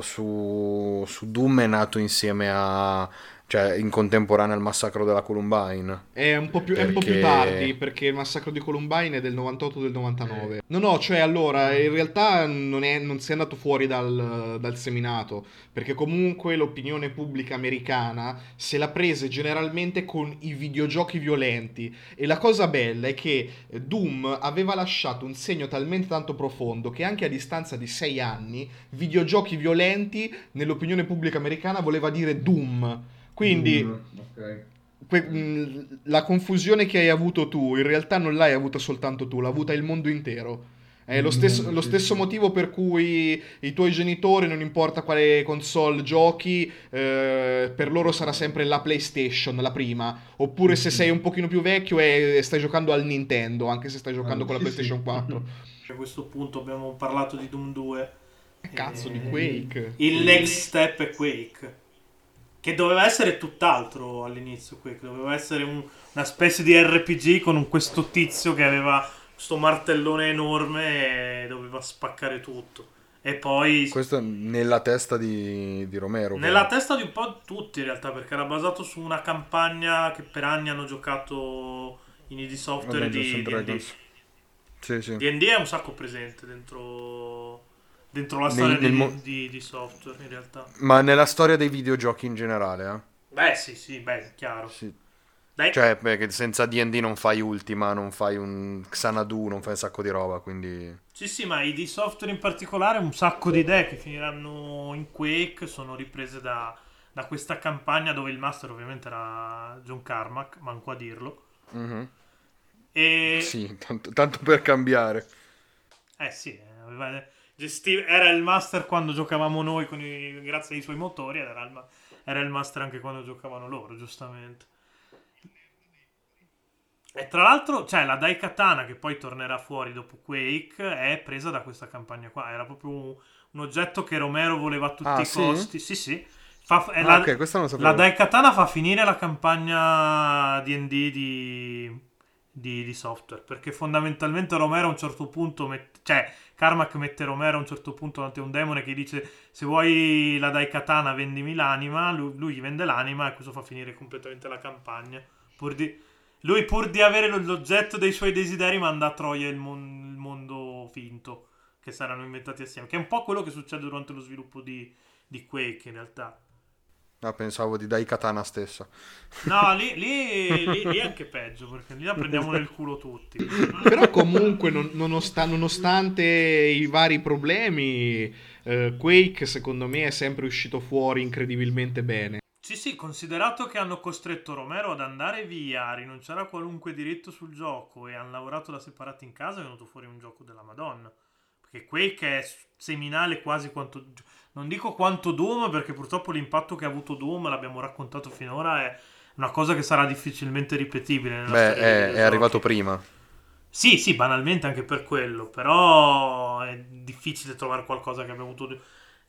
su, su Doom è nato insieme a... cioè, in contemporanea al massacro della Columbine. È un po' più, è un po' più Perché- tardi, perché il massacro di Columbine è del novantotto del novantanove. No, no, cioè allora, in realtà non, è, non si è andato fuori dal, dal seminato, perché comunque l'opinione pubblica americana se l'ha prese generalmente con i videogiochi violenti. E la cosa bella è che Doom aveva lasciato un segno talmente tanto profondo che anche a distanza di sei anni, videogiochi violenti nell'opinione pubblica americana voleva dire Doom. Quindi Ok. que- mh, la confusione che hai avuto tu, in realtà non l'hai avuta soltanto tu, l'ha avuta il mondo intero. È lo Il stesso, mondo, lo sì, stesso sì. motivo per cui i tuoi genitori, non importa quale console giochi, eh, per loro sarà sempre la PlayStation, la prima. Oppure se sei un pochino più vecchio e stai giocando al Nintendo, anche se stai giocando Ah, con la sì, PlayStation sì. quattro. A questo punto abbiamo parlato di Doom due. Cazzo di Eh, Quake. Il next step è Quake. Che doveva essere tutt'altro all'inizio. Quake doveva essere un- una specie di R P G con un- questo tizio che aveva questo martellone enorme e doveva spaccare tutto. E poi Questo è nella testa di, di Romero. nella però. testa di un po' tutti in realtà, perché era basato su una campagna che per anni hanno giocato in I D Software Dungeons di and D and D. Dragons. Sì, sì. D and D è un sacco presente dentro, dentro la Nel- storia nel di, mo- di- di software in realtà. Ma nella storia dei videogiochi in generale, eh? Beh sì sì, beh chiaro. Sì. Dai, Cioè, beh, che senza D and D non fai Ultima, non fai un Xanadu, non fai un sacco di roba, quindi... sì sì, ma i di software in particolare, un sacco di idee che finiranno in Quake sono riprese da, da questa campagna dove il master ovviamente era John Carmack, manco a dirlo. Mhm. E Sì, tanto, tanto per cambiare. eh sì, eh, aveva- gestiva- era il master quando giocavamo noi con i- grazie ai suoi motori, ed era il, ma- era il master anche quando giocavano loro, giustamente. E tra l'altro, cioè, la Daikatana che poi tornerà fuori dopo Quake è presa da questa campagna qua. Era proprio un, un oggetto che Romero voleva a tutti Ah, i sì? costi. Sì, sì. Fa- è Ah, la, ok, questo non lo sapevo. la Daikatana fa finire la campagna D and D di, di, di software. Perché fondamentalmente Romero a un certo punto, mette, cioè, Carmack mette Romero a un certo punto davanti a un demone che dice: se vuoi la Daikatana vendimi l'anima. Lui, lui gli vende l'anima e questo fa finire completamente la campagna. Pur di... Lui pur di avere lo- l'oggetto dei suoi desideri manda a Troia il, mon- il mondo finto che saranno inventati assieme. Che è un po' quello che succede durante lo sviluppo di, di Quake in realtà. Ah, pensavo di Daikatana stessa. No, lì, lì, lì, lì è anche peggio perché lì la prendiamo nel culo tutti. Però comunque, non- nonosta- nonostante i vari problemi, eh, Quake secondo me è sempre uscito fuori incredibilmente bene. Sì, sì, considerato che hanno costretto Romero ad andare via, a rinunciare a qualunque diritto sul gioco e hanno lavorato da separati in casa, è venuto fuori un gioco della Madonna. Perché Quake è seminale quasi quanto... Non dico quanto Doom, perché purtroppo l'impatto che ha avuto Doom, l'abbiamo raccontato finora, è una cosa che sarà difficilmente ripetibile nella Beh, storia dei è, è videogiochi. arrivato prima. Sì, sì, banalmente anche per quello, però è difficile trovare qualcosa che abbia avuto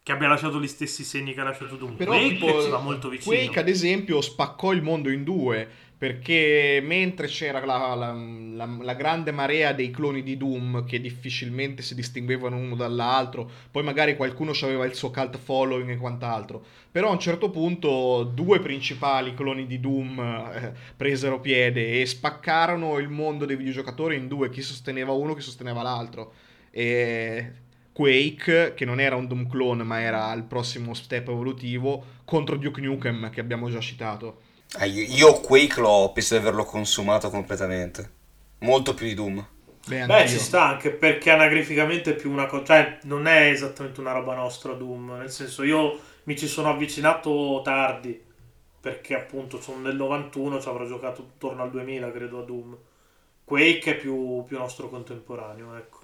che abbia lasciato gli stessi segni che ha lasciato Doom. Però Quake tipo, ci va molto vicino. Quake ad esempio spaccò il mondo in due, perché mentre c'era la, la- la- la grande marea dei cloni di Doom che difficilmente si distinguevano uno dall'altro, poi magari qualcuno aveva il suo cult following e quant'altro, però a un certo punto due principali cloni di Doom eh, presero piede e spaccarono il mondo dei videogiocatori in due, chi sosteneva uno, chi sosteneva l'altro. E Quake, che non era un Doom clone ma era il prossimo step evolutivo, contro Duke Nukem, che abbiamo già citato. Ah, io, io Quake l'ho, penso di averlo consumato completamente. Molto più di Doom. Beh, Beh, anch'io. ci sta anche perché anagraficamente è più una cosa, cioè non è esattamente una roba nostra Doom, nel senso io mi ci sono avvicinato tardi, perché appunto sono del novantuno, ci avrò giocato attorno al duemila credo a Doom. Quake è più, più nostro contemporaneo, ecco.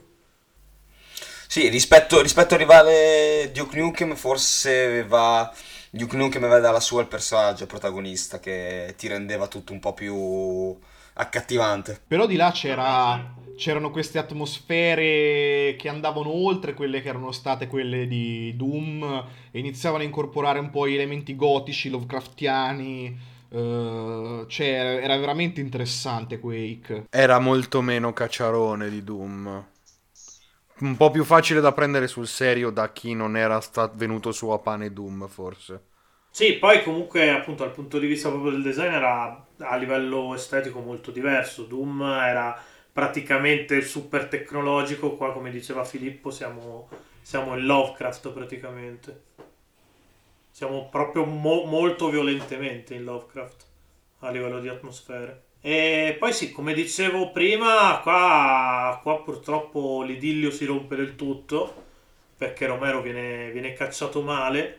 Sì, rispetto, rispetto al rivale Duke Nukem, forse va. Duke Nukem aveva la sua il personaggio protagonista che ti rendeva tutto un po' più accattivante. Però di là c'era, c'erano queste atmosfere che andavano oltre quelle che erano state quelle di Doom e iniziavano a incorporare un po' gli elementi gotici, Lovecraftiani. eh, cioè, era veramente interessante Quake. Era molto meno cacciarone di Doom. Un po' più facile da prendere sul serio da chi non era stato venuto su a pane Doom, forse. Sì, poi comunque appunto dal punto di vista proprio del design era a livello estetico molto diverso. Doom era praticamente super tecnologico, qua come diceva Filippo siamo, siamo in Lovecraft praticamente. Siamo proprio mo- molto violentemente in Lovecraft a livello di atmosfere. E poi sì, come dicevo prima, qua, qua purtroppo l'idillio si rompe del tutto perché Romero viene, viene cacciato male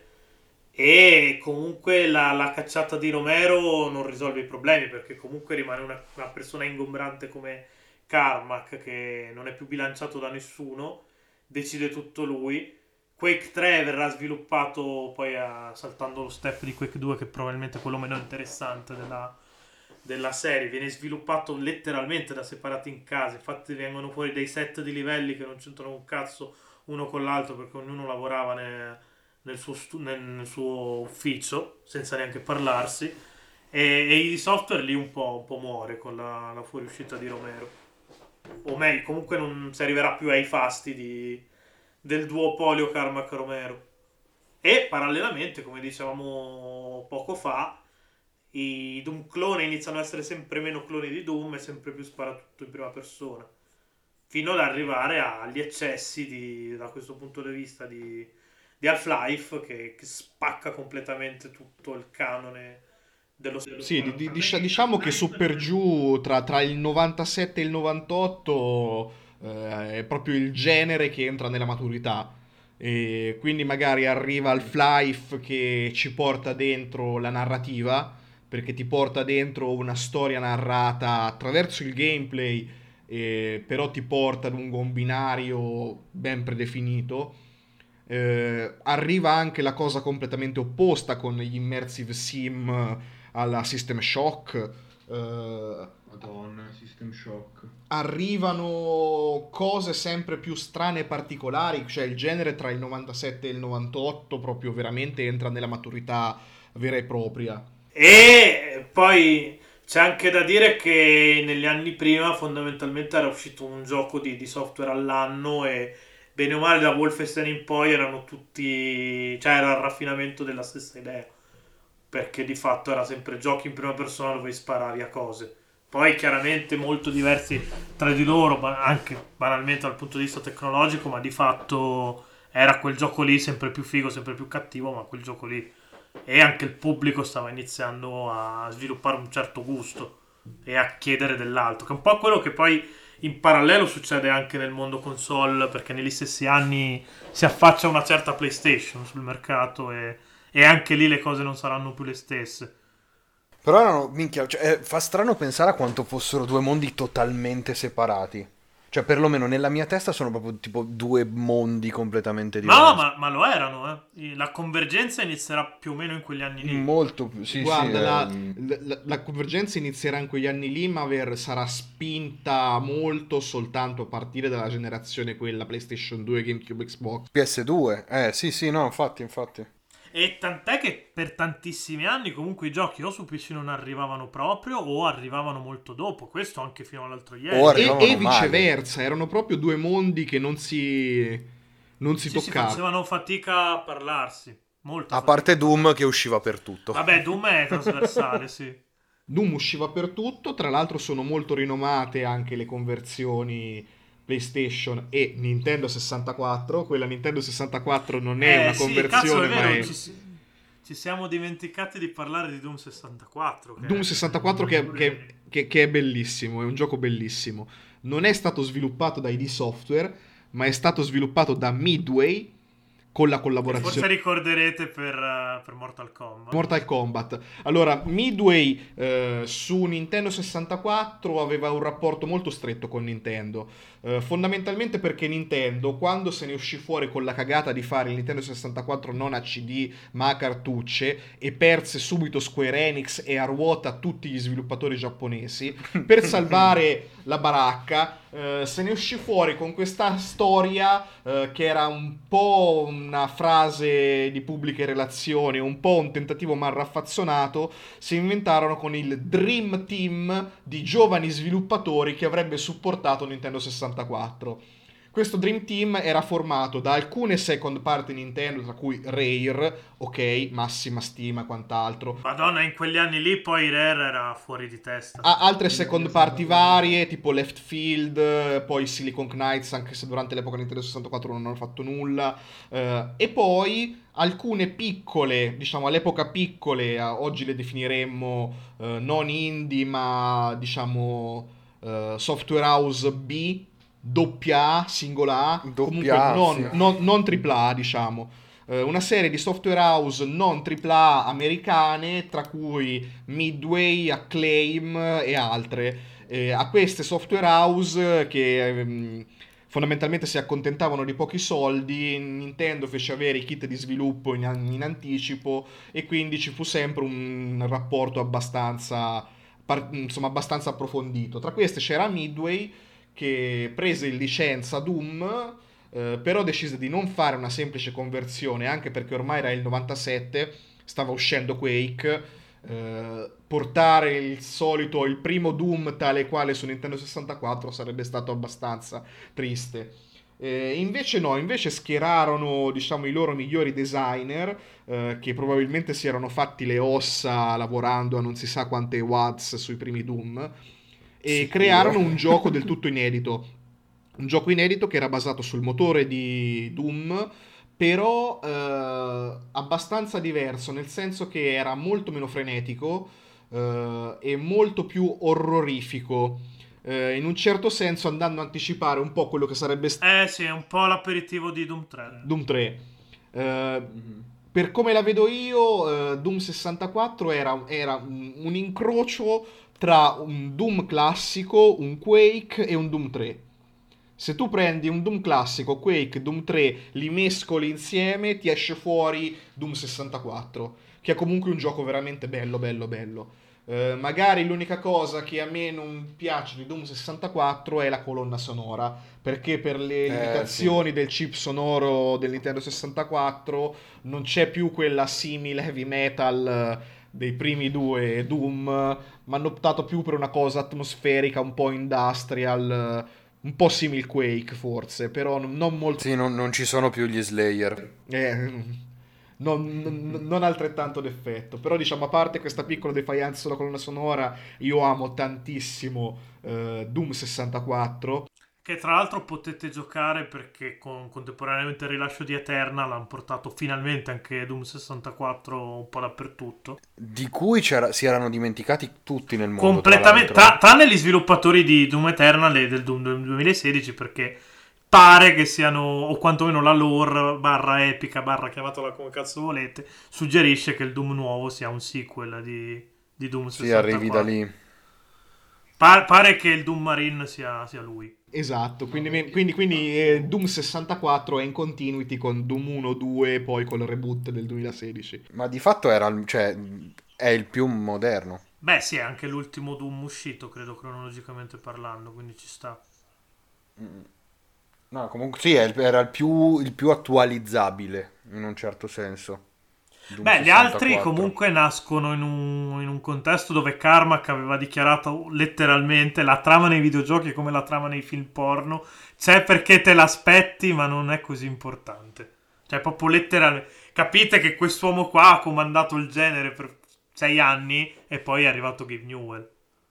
e comunque la, la cacciata di Romero non risolve i problemi perché comunque rimane una, una persona ingombrante come Carmack che non è più bilanciato da nessuno, decide tutto lui. Quake tre verrà sviluppato poi a- saltando lo step di Quake due che probabilmente è quello meno interessante della, della serie, viene sviluppato letteralmente da separati in case, infatti vengono fuori dei set di livelli che non c'entrano un cazzo uno con l'altro perché ognuno lavorava ne- nel, suo stu- nel, nel suo ufficio senza neanche parlarsi e, e i software lì un po', un po' muore con la, la fuoriuscita di Romero, o meglio comunque non si arriverà più ai fasti di- del duopolio Carmack-Romero. E parallelamente, come dicevamo poco fa, i Doom clone iniziano ad essere sempre meno cloni di Doom e sempre più spara tutto in prima persona, fino ad arrivare agli eccessi di, da questo punto di vista di, di Half-Life che, che spacca completamente tutto il canone dello Sì, di- di- dicia- diciamo che su per giù tra, tra il novantasette e il novantotto eh, è proprio il genere che entra nella maturità. E quindi magari arriva Half-Life che ci porta dentro la narrativa, perché ti porta dentro una storia narrata attraverso il gameplay, eh, però ti porta lungo un binario ben predefinito. Eh, arriva anche la cosa completamente opposta con gli immersive sim alla System Shock. eh, Madonna, System Shock. arrivano cose sempre più strane e particolari, cioè il genere tra il novantasette e il novantotto proprio veramente entra nella maturità vera e propria. E poi c'è anche da dire che negli anni prima fondamentalmente era uscito un gioco di, di software all'anno e bene o male da Wolfenstein in poi erano tutti, cioè era il raffinamento della stessa idea, perché di fatto era sempre giochi in prima persona dove sparavi a cose, poi chiaramente molto diversi tra di loro, ba- anche banalmente dal punto di vista tecnologico, ma di fatto era quel gioco lì sempre più figo, sempre più cattivo, ma quel gioco lì, e anche il pubblico stava iniziando a sviluppare un certo gusto e a chiedere dell'altro, che è un po' quello che poi in parallelo succede anche nel mondo console, perché negli stessi anni si affaccia una certa PlayStation sul mercato e, e anche lì le cose non saranno più le stesse. Però erano, minchia, cioè, eh, fa strano pensare a quanto fossero due mondi totalmente separati. Cioè, perlomeno nella mia testa sono proprio tipo due mondi completamente diversi. No, ma, ma lo erano, eh. La convergenza inizierà più o meno in quegli anni lì. Molto più, sì, Guarda, sì. la, ehm, la- la convergenza inizierà in quegli anni lì, ma ver- sarà spinta molto soltanto a partire dalla generazione quella PlayStation due, GameCube, Xbox. P S due, eh, sì, sì, no, infatti, infatti. E tant'è che per tantissimi anni comunque i giochi o su P C non arrivavano proprio o arrivavano molto dopo. Questo anche fino all'altro ieri. O E, arrivavano e male. viceversa, erano proprio due mondi che non si, non si Sì, si toccavano. facevano fatica a parlarsi. Molto A parte Doom che usciva per tutto. Vabbè, Doom è trasversale, sì. Doom usciva per tutto, tra l'altro sono molto rinomate anche le conversioni PlayStation e Nintendo sessantaquattro. Quella Nintendo sessantaquattro non è Eh, una sì, conversione, cazzo, è ma vero, è ci, si- ci siamo dimenticati di parlare di Doom sessantaquattro. Che Doom è- sessantaquattro che, che- che- che è bellissimo, è un gioco bellissimo. Non è stato sviluppato da I D Software, ma è stato sviluppato da Midway con la che collaborazione forse ricorderete per, eh, per Mortal Kombat. Mortal Kombat. Allora, Midway eh, su Nintendo sessantaquattro aveva un rapporto molto stretto con Nintendo, eh, fondamentalmente perché Nintendo, quando se ne uscì fuori con la cagata di fare il Nintendo sessantaquattro non a C D ma a cartucce e perse subito Square Enix e a ruota tutti gli sviluppatori giapponesi, per salvare la baracca, eh, se ne uscì fuori con questa storia eh, che era un po' una frase di pubbliche relazioni, un po' un tentativo mal raffazzonato. Si inventarono con il Dream Team di giovani sviluppatori che avrebbe supportato Nintendo sessantaquattro. Questo Dream Team era formato da alcune second party Nintendo, tra cui Rare, ok, massima stima e quant'altro, Madonna, in quegli anni lì poi Rare era fuori di testa. a- altre second party varie, tipo Left Field, eh, poi Silicon Knights, anche se durante l'epoca Nintendo sessantaquattro non hanno fatto nulla, eh, e poi alcune piccole, diciamo all'epoca piccole, eh, oggi le definiremmo eh, non indie, ma diciamo eh, software house B, doppia A, singola A, Doppia comunque A, non, sì. non, non tripla A, diciamo. Eh, una serie di software house non tripla A americane, tra cui Midway, Acclaim e altre. Eh, a queste software house che ehm, fondamentalmente si accontentavano di pochi soldi, Nintendo fece avere i kit di sviluppo in, in anticipo e quindi ci fu sempre un rapporto abbastanza, par- insomma, abbastanza approfondito. Tra queste c'era Midway che prese in licenza Doom, eh, però decise di non fare una semplice conversione, anche perché ormai era il novantasette, stava uscendo Quake, eh, portare il solito, il primo Doom tale quale su Nintendo sessantaquattro sarebbe stato abbastanza triste. Eh, invece no, invece schierarono, diciamo, i loro migliori designer, eh, che probabilmente si erano fatti le ossa lavorando a non si sa quante watts sui primi Doom, e Sicuro. crearono un gioco del tutto inedito. Un gioco inedito che era basato sul motore di Doom, però eh, abbastanza diverso, nel senso che era molto meno frenetico eh, e molto più orrorifico. Eh, in un certo senso andando a anticipare un po' quello che sarebbe stato Eh sì, è un po' l'aperitivo di Doom tre. Doom tre. Eh, per come la vedo io, eh, Doom sessantaquattro era, era un, un incrocio tra un Doom classico, un Quake e un Doom tre. Se tu prendi un Doom classico, Quake, Doom tre, li mescoli insieme, ti esce fuori Doom sessantaquattro, che è comunque un gioco veramente bello, bello, bello. Eh, magari l'unica cosa che a me non piace di Doom sessantaquattro è la colonna sonora, perché per le Eh, limitazioni del chip sonoro del Nintendo sessantaquattro non c'è più quella simile heavy metal eh, dei primi due Doom, ma hanno optato più per una cosa atmosferica, un po' industrial, eh, un po' simil Quake forse, però non non molto... Sì, non, non ci sono più gli Slayer. Eh, non, non- non altrettanto d'effetto, però diciamo a parte questa piccola defiance sulla colonna sonora, io amo tantissimo eh, Doom sessantaquattro. Che tra l'altro potete giocare perché con, contemporaneamente al rilascio di Eternal hanno portato finalmente anche Doom sessantaquattro un po' dappertutto. Di cui c'era- si erano dimenticati tutti nel mondo. Completamente, tra tra- l'altro. tranne gli sviluppatori di Doom Eternal e del Doom duemilasedici, perché pare che siano, o quantomeno la lore barra epica barra chiamatela come cazzo volete, suggerisce che il Doom nuovo sia un sequel di, di Doom Sì, sessantaquattro. arrivi da lì. Pa- pare che il Doom Marine sia, sia lui. Esatto, quindi, quindi, quindi eh, Doom sessantaquattro è in continuity con Doom uno, due e poi col reboot del duemilasedici. Ma di fatto era, il- cioè, è il più moderno. Beh sì, è anche l'ultimo Doom uscito, credo, cronologicamente parlando, quindi ci sta. No, comunque sì, è il- era il più, il più attualizzabile, in un certo senso. Doom Beh, gli altri sessantaquattro. comunque nascono in un, in un contesto dove Carmack aveva dichiarato letteralmente la trama nei videogiochi è come la trama nei film porno. C'è perché te l'aspetti, ma non è così importante. Cioè, proprio letteralmente. Capite che quest'uomo qua ha comandato il genere per sei anni e poi è arrivato Gabe Newell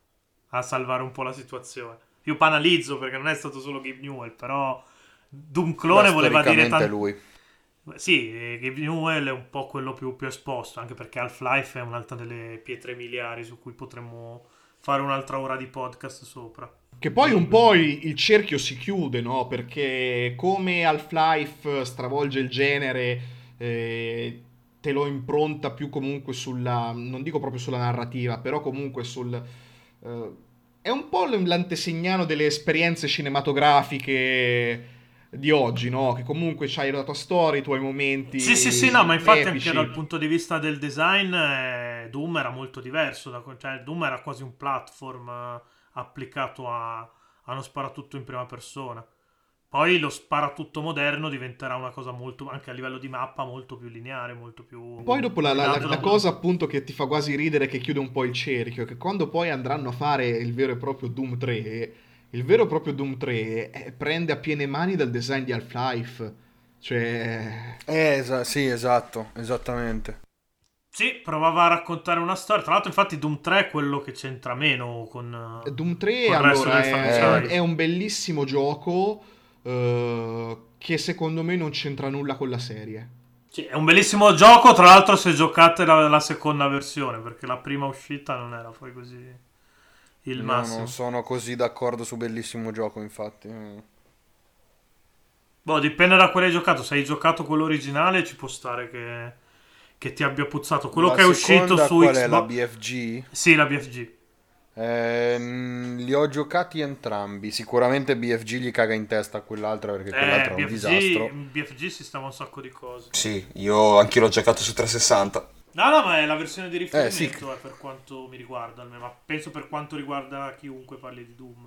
a salvare un po' la situazione. Io banalizzo perché non è stato solo Gabe Newell, però Doom Clone Beh, voleva dire storicamente tanto. lui. Sì, eh, Gabe Newell è un po' quello più, più esposto, anche perché Half-Life è un'altra delle pietre miliari su cui potremmo fare un'altra ora di podcast sopra. Che poi un po' il, il cerchio si chiude, no? Perché come Half-Life stravolge il genere, eh, te lo impronta più comunque sulla, non dico proprio sulla narrativa, però comunque sul... eh, è un po' l'antesignano delle esperienze cinematografiche di oggi, no? Che comunque c'hai la tua storia, i tuoi momenti Sì, sì, sì, no, ma infatti epici. anche dal punto di vista del design eh, Doom era molto diverso, da, cioè Doom era quasi un platform eh, applicato a, a uno sparatutto in prima persona. Poi lo sparatutto moderno diventerà una cosa molto, anche a livello di mappa, molto più lineare, molto più... Poi dopo la, la- la- guidato da la un- cosa appunto che ti fa quasi ridere, che chiude un po' il cerchio, che quando poi andranno a fare il vero e proprio Doom tre, il vero e proprio Doom tre eh, prende a piene mani dal design di Half-Life. Cioè... Eh, esa- sì, esatto, esattamente. Sì, provava a raccontare una storia. Tra l'altro, infatti, Doom tre è quello che c'entra meno con, eh, Doom tre con il resto allora del è, franchise. è un bellissimo gioco eh, che secondo me non c'entra nulla con la serie. Sì, è un bellissimo gioco. Tra l'altro, se giocate la, la seconda versione, perché la prima uscita non era poi così il No, massimo. non sono così d'accordo su bellissimo gioco, infatti. Mm. Boh, dipende da quale hai giocato. Se hai giocato quello originale, ci può stare che, che ti abbia puzzato. Quello La che è uscito seconda su qual è, la Xbox. B F G? Sì, la B F G. Ehm, li ho giocati entrambi. Sicuramente B F G gli caga in testa a quell'altra perché Eh, quell'altra è un B F G, disastro. B F G si stava un sacco di cose. Sì, io anche l'ho giocato su trecentosessanta. No, no, ma è la versione di riferimento sì. eh, per quanto mi riguarda, almeno, ma penso per quanto riguarda chiunque parli di Doom.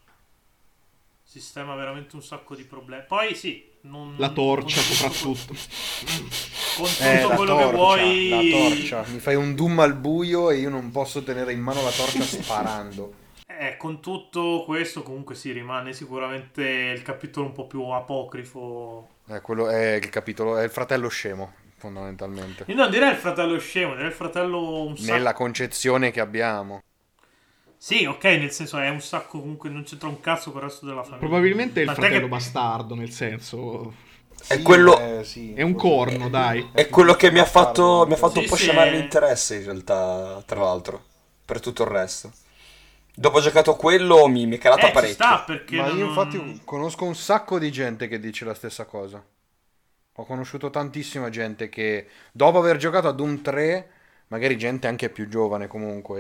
Sistema veramente un sacco di problemi. Poi sì, non, La torcia con tutto- soprattutto. Con tutto Eh, la quello torcia, che vuoi. la torcia. Mi fai un Doom al buio e io non posso tenere in mano la torcia sparando. Eh, con tutto questo comunque sì, rimane sicuramente il capitolo un po' più apocrifo. Eh, quello è il capitolo, è il fratello scemo, fondamentalmente. Io non direi il fratello scemo, direi il fratello un sacco. Nella concezione che abbiamo. Sì, ok, nel senso è un sacco comunque, non c'entra un cazzo con il resto della famiglia. Probabilmente è il Tant'è fratello che- bastardo, nel senso... È quello- eh, sì, È un forse- corno, dai. È quello che mi ha fatto, mi ha fatto Sì, un po' sì, scemare è- l'interesse in realtà, tra l'altro, per tutto il resto. Dopo ho giocato a quello mi, mi è calata Eh, ci parecchio. sta perché Ma non- io infatti conosco un sacco di gente che dice la stessa cosa. Ho conosciuto tantissima gente che dopo aver giocato a Doom tre, magari gente anche più giovane comunque,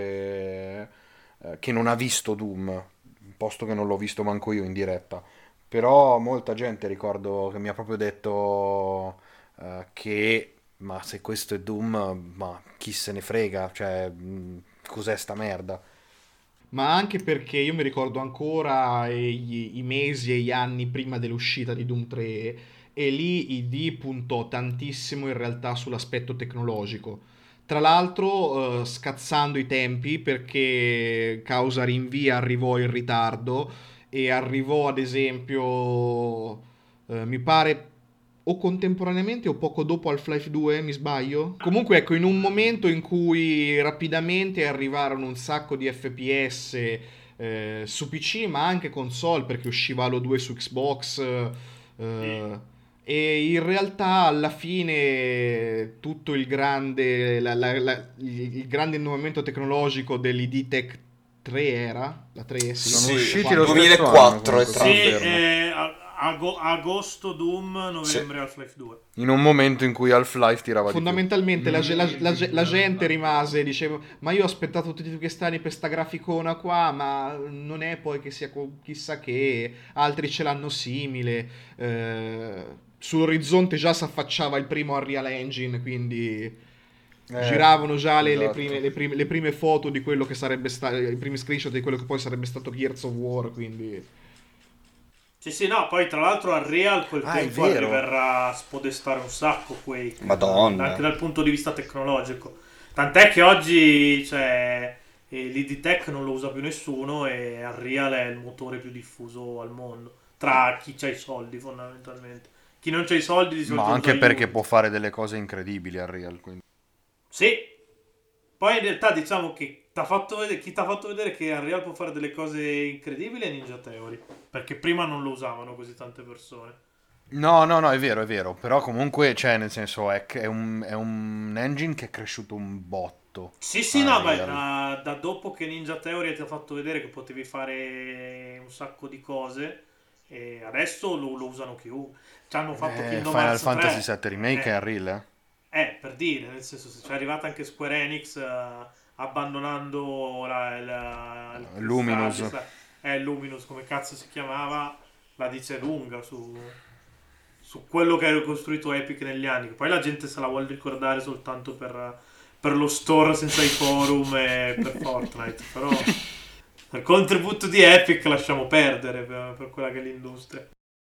eh, che non ha visto Doom, posto che non l'ho visto manco io in diretta. Però molta gente ricordo che mi ha proprio detto eh, che ma se questo è Doom, ma chi se ne frega, cioè mh, cos'è sta merda? Ma anche perché io mi ricordo ancora i, i mesi e gli anni prima dell'uscita di Doom tre e lì I D puntò tantissimo in realtà sull'aspetto tecnologico. Tra l'altro eh, scazzando i tempi perché causa rinvii arrivò in ritardo e arrivò ad esempio eh, mi pare o contemporaneamente o poco dopo Half-Life due, mi sbaglio? Comunque ecco, in un momento in cui rapidamente arrivarono un sacco di F P S eh, su P C, ma anche console, perché usciva Halo due su Xbox, eh, e in realtà alla fine tutto il grande, la- la- la- il il grande innovamento tecnologico dell'I D Tech tre era? La tre? Sì, Sono Sì, usciti quando- lo stesso anno, duemilaquattro comunque, è tra- Sì, confermo. eh, a- Ago- agosto Doom, novembre Sì. Half-Life due. In un momento in cui Half-Life tirava di più. Fondamentalmente la, ge- la- la ge- la gente rimase e diceva: ma io ho aspettato tutti questi anni per sta graficona qua, ma non è poi che sia co- chissà che, altri ce l'hanno simile. Eh, sull'orizzonte già si affacciava il primo Unreal Engine, quindi Eh, giravano già le, le esatto. prime, le prime- le prime foto di quello che sarebbe stato, i primi screenshot di quello che poi sarebbe stato Gears of War, quindi... Sì, sì, no, poi tra l'altro Unreal col Ah, è tempo vero. arriverà a spodestare un sacco Quake. Madonna. Anche dal punto di vista tecnologico. Tant'è che oggi, cioè, eh, l'I D Tech non lo usa più nessuno e Unreal è il motore più diffuso al mondo. Tra chi c'ha i soldi, fondamentalmente. Chi non c'ha i soldi di solito Ma usa anche perché Unity. può fare delle cose incredibili Unreal, quindi. Sì. Poi in realtà diciamo che t'ha fatto vedere, chi ti ha fatto vedere che Unreal può fare delle cose incredibili è Ninja Theory. Perché prima non lo usavano così tante persone. No, no, no, è vero, è vero. Però comunque, cioè, nel senso, è, è, un, è un engine che è cresciuto un botto. Sì, sì, no, ma Unreal. da, da dopo che Ninja Theory ti ha fatto vedere che potevi fare un sacco di cose, e adesso lo, lo usano chiunque. Ci hanno fatto Eh, Kingdom Final Hearts Fantasy tre. sette Remake Eh, è Unreal, eh? eh, per dire, nel senso, se c'è arrivata anche Square Enix eh, abbandonando la, la, il Luminous. Crystal, eh, Luminous, come cazzo si chiamava, la dice lunga su, su quello che ha costruito Epic negli anni. Che poi la gente se la vuole ricordare soltanto per, per lo store senza i forum e per Fortnite. Però il contributo di Epic lasciamo perdere per, per quella che è l'industria.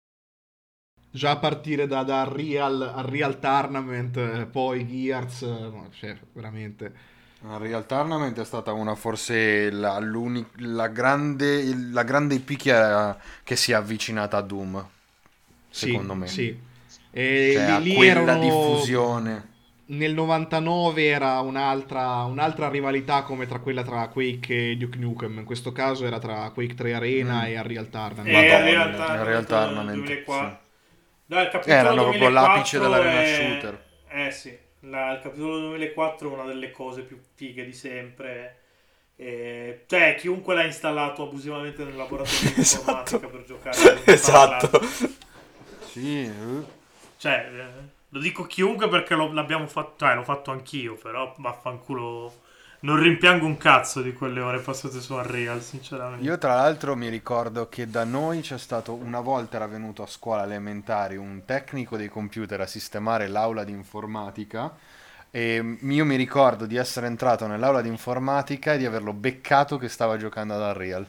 Già a partire da, da Unreal, Unreal Tournament, eh, poi Gears, eh, no, cioè, veramente... Unreal Tournament è stata una forse la, l'uni- la grande, il- la grande I P che, ha- che si è avvicinata a Doom, secondo Sì, me. sì. E Cioè, lì, a lì quella erano... diffusione. Nel novantanove era un'altra, un'altra rivalità come tra quella tra Quake e Duke Nukem. In questo caso era tra Quake tre Arena Mm. e Unreal Tournament. E Madonna. in realtà In Real Tournament, duemilaquattro. sì. No, il capitolo Erano proprio l'apice duemilaquattro dell'arena è... shooter. Eh sì, la- il capitolo duemilaquattro è una delle cose più fighe di sempre. E, cioè, chiunque l'ha installato abusivamente nel laboratorio di Esatto. informatica per giocare a Doom Esatto. Parla. Sì, eh. Cioè, eh, lo dico chiunque perché lo- l'abbiamo fatto, cioè, l'ho fatto anch'io, però vaffanculo. Non rimpiango un cazzo di quelle ore passate su Unreal, sinceramente. Io tra l'altro mi ricordo che da noi c'è stato, una volta era venuto a scuola elementari un tecnico dei computer a sistemare l'aula di informatica e io mi ricordo di essere entrato nell'aula di informatica e di averlo beccato che stava giocando ad Unreal.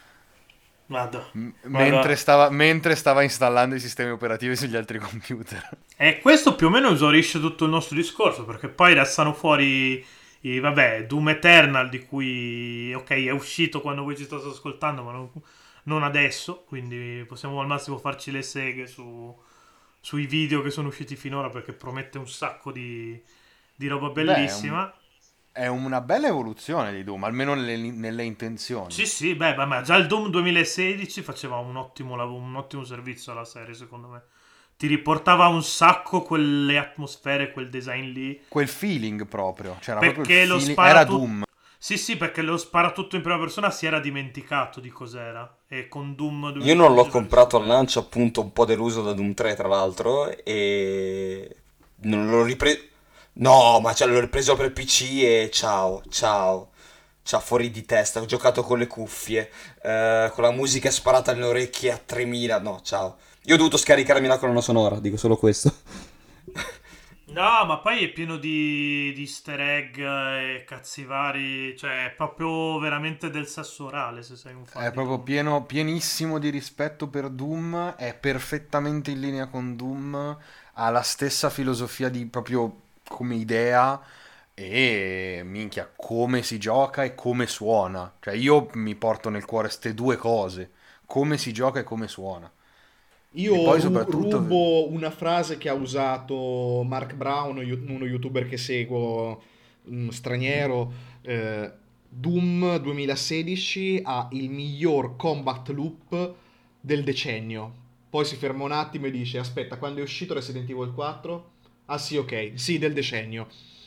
Vado. M- Guarda. mentre stava, mentre stava installando i sistemi operativi sugli altri computer. E questo più o meno esaurisce tutto il nostro discorso, perché poi restano fuori i, vabbè, Doom Eternal, di cui, ok, è uscito quando voi ci state ascoltando, ma non, non adesso, quindi possiamo al massimo farci le seghe su, sui video che sono usciti finora, perché promette un sacco di, di roba Beh, è un- bellissima. È una bella evoluzione di Doom, almeno nelle, nelle intenzioni. Sì, sì, beh, beh, ma già il Doom duemilasedici faceva un ottimo, lav- un ottimo servizio alla serie, secondo me. Ti riportava un sacco quelle atmosfere, quel design lì. Quel feeling proprio, c'era Perché proprio il lo feeling, spara era tu- Doom. Sì, sì, perché lo spara tutto in prima persona si era dimenticato di cos'era. E con Doom Io non l'ho duemilasedici comprato al lancio, appunto, un po' deluso da Doom tre, tra l'altro, e non l'ho ripreso. No, ma cioè, l'ho ripreso per P C e ciao, ciao. Ciao, fuori di testa. Ho giocato con le cuffie, eh, con la musica sparata nelle orecchie a tremila. No, ciao. Io ho dovuto scaricarmi la colonna sonora, dico solo questo. No, ma poi è pieno di, di easter egg e cazzi vari. Cioè, è proprio veramente del sesso orale, se sei un fan È di proprio Doom. pieno, pienissimo di rispetto per Doom, è perfettamente in linea con Doom, ha la stessa filosofia di proprio come idea e minchia, come si gioca e come suona. Cioè io mi porto nel cuore ste due cose, come si gioca e come suona. Io E poi ru- soprattutto... rubo una frase che ha usato Mark Brown, io- uno youtuber che seguo, mm, straniero. eh, Doom duemilasedici ha il miglior combat loop del decennio. Poi si ferma un attimo e dice: aspetta, quando è uscito Resident Evil quattro? Ah sì, ok, sì, del decennio.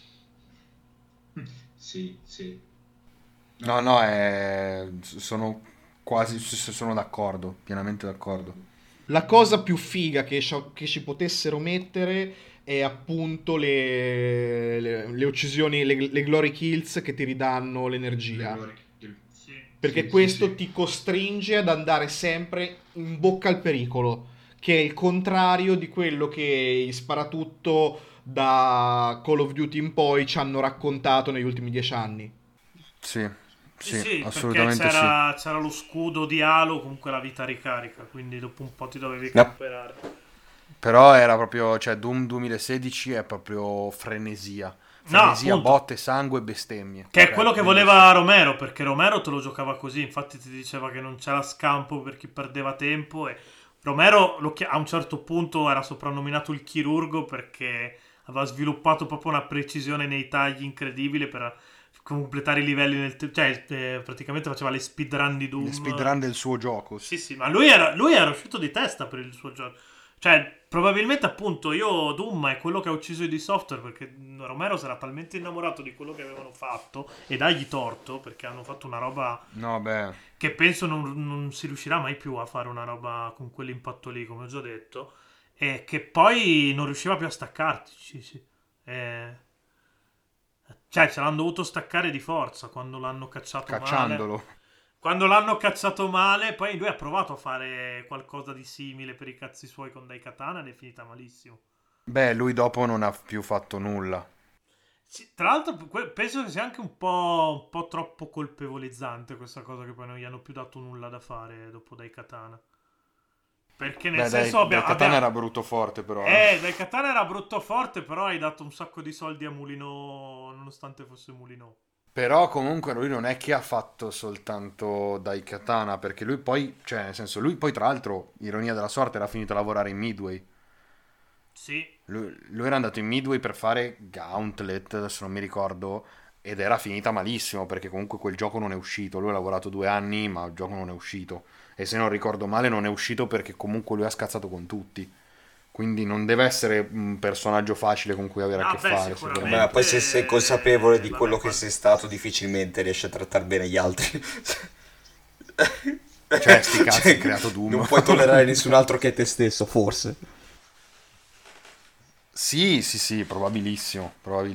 Sì, sì. No, no, è... sono quasi, sono d'accordo, pienamente d'accordo. La cosa più figa che, sci- che ci potessero mettere è appunto le, le, le uccisioni, le, le glory kills che ti ridanno l'energia. Sì. Perché Sì, questo sì, sì. ti costringe ad andare sempre in bocca al pericolo, che è il contrario di quello che gli sparatutto da Call of Duty in poi ci hanno raccontato negli ultimi dieci anni. Sì, Sì, sì, sì, perché assolutamente sì. c'era, c'era lo scudo di Halo, comunque la vita ricarica, quindi dopo un po' ti dovevi No. camperare. Però era proprio, cioè Doom duemilasedici è proprio frenesia. No, Frenesia, appunto. botte, sangue, bestemmie. Che è Cioè, quello che bellissimo. voleva Romero, perché Romero te lo giocava così, infatti ti diceva che non c'era scampo per chi perdeva tempo e Romero lo chi- a un certo punto era soprannominato il chirurgo perché aveva sviluppato proprio una precisione nei tagli incredibile per completare i livelli nel tempo, cioè eh, praticamente faceva le speedrun di Doom. Le speedrun del suo gioco. Sì, sì, ma lui era, lui era uscito di testa per il suo gioco. Cioè, probabilmente appunto io Doom è quello che ha ucciso i di Software perché Romero si era talmente innamorato di quello che avevano fatto e dagli torto perché hanno fatto una roba No, beh. che penso non, non si riuscirà mai più a fare una roba con quell'impatto lì, come ho già detto, e che poi non riusciva più a staccarti. Sì, sì. Eh, Cioè, ce l'hanno dovuto staccare di forza quando l'hanno cacciato male. Cacciandolo. Quando l'hanno cacciato male, poi lui ha provato a fare qualcosa di simile per i cazzi suoi con Daikatana ed è finita malissimo. Beh, lui dopo non ha più fatto nulla. Sì, tra l'altro, que- penso che sia anche un po', un po' troppo colpevolizzante questa cosa che poi non gli hanno più dato nulla da fare dopo Daikatana. Perché nel Beh, dai, senso abbiamo... dai, Katana abbiamo- era brutto forte, però. eh. Eh, Daikatana era brutto forte, però hai dato un sacco di soldi a Mulino, nonostante fosse Mulino. Però comunque lui non è che ha fatto soltanto Daikatana, perché lui poi, cioè nel senso, lui poi tra l'altro, ironia della sorte, era finito a lavorare in Midway. Sì, Lui, lui era andato in Midway per fare Gauntlet, adesso non mi ricordo, ed era finita malissimo, perché comunque quel gioco non è uscito. Lui ha lavorato due anni, ma il gioco non è uscito. E se non ricordo male non è uscito perché comunque lui ha scazzato con tutti. Quindi non deve essere un personaggio facile con cui avere a Ah, che beh, fare, sicuramente. secondo me. Ma poi se sei consapevole di Vabbè, quello che quando- sei stato, difficilmente riesci a trattare bene gli altri. Cioè, sti cazzi, Cioè, hai creato Doom. non puoi tollerare nessun altro che te stesso, forse. Sì, sì, sì, probabilissimo, probabilissimo.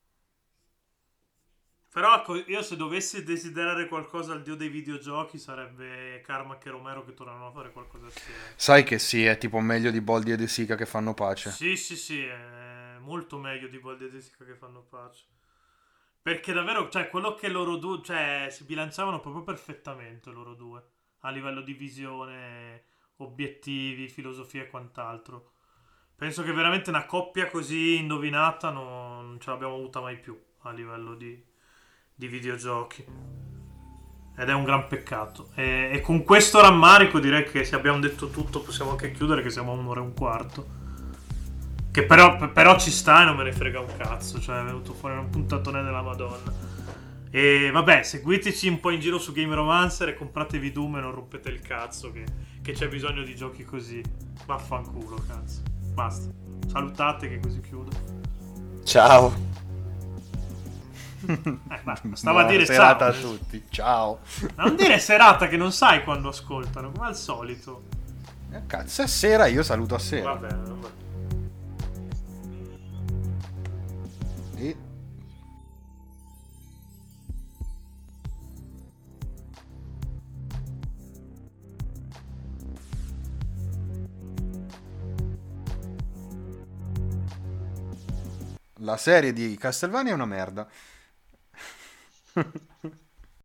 Però ecco, io se dovessi desiderare qualcosa al dio dei videogiochi sarebbe Carmack e Romero che tornano a fare qualcosa assieme. Sai che sì, è tipo meglio di Boldi e De Sica che fanno pace. Sì, sì, sì, è molto meglio di Bold e Jessica che fanno pace. Perché davvero, cioè, quello che loro due, cioè, si bilanciavano proprio perfettamente loro due, a livello di visione, obiettivi, filosofia e quant'altro. Penso che veramente una coppia così indovinata non, non ce l'abbiamo avuta mai più a livello di, di videogiochi. Ed è un gran peccato. E, e con questo rammarico direi che se abbiamo detto tutto possiamo anche chiudere, che siamo a un'ora e un quarto. Che però, però ci sta e non me ne frega un cazzo. Cioè è venuto fuori un puntatone della Madonna. E vabbè, seguiteci un po' in giro su Game Romancer e compratevi Doom e non rompete il cazzo che, che c'è bisogno di giochi così. Vaffanculo, cazzo. Basta. Salutate che così chiudo. Ciao. Eh, beh, stava a Buona dire serata ciao. a tutti, ciao. Ma non dire serata che non sai quando ascoltano, come al solito. Eh, Cazzo, è sera, io saluto a sera. Vabbè, vabbè. E... La serie di Castlevania è una merda.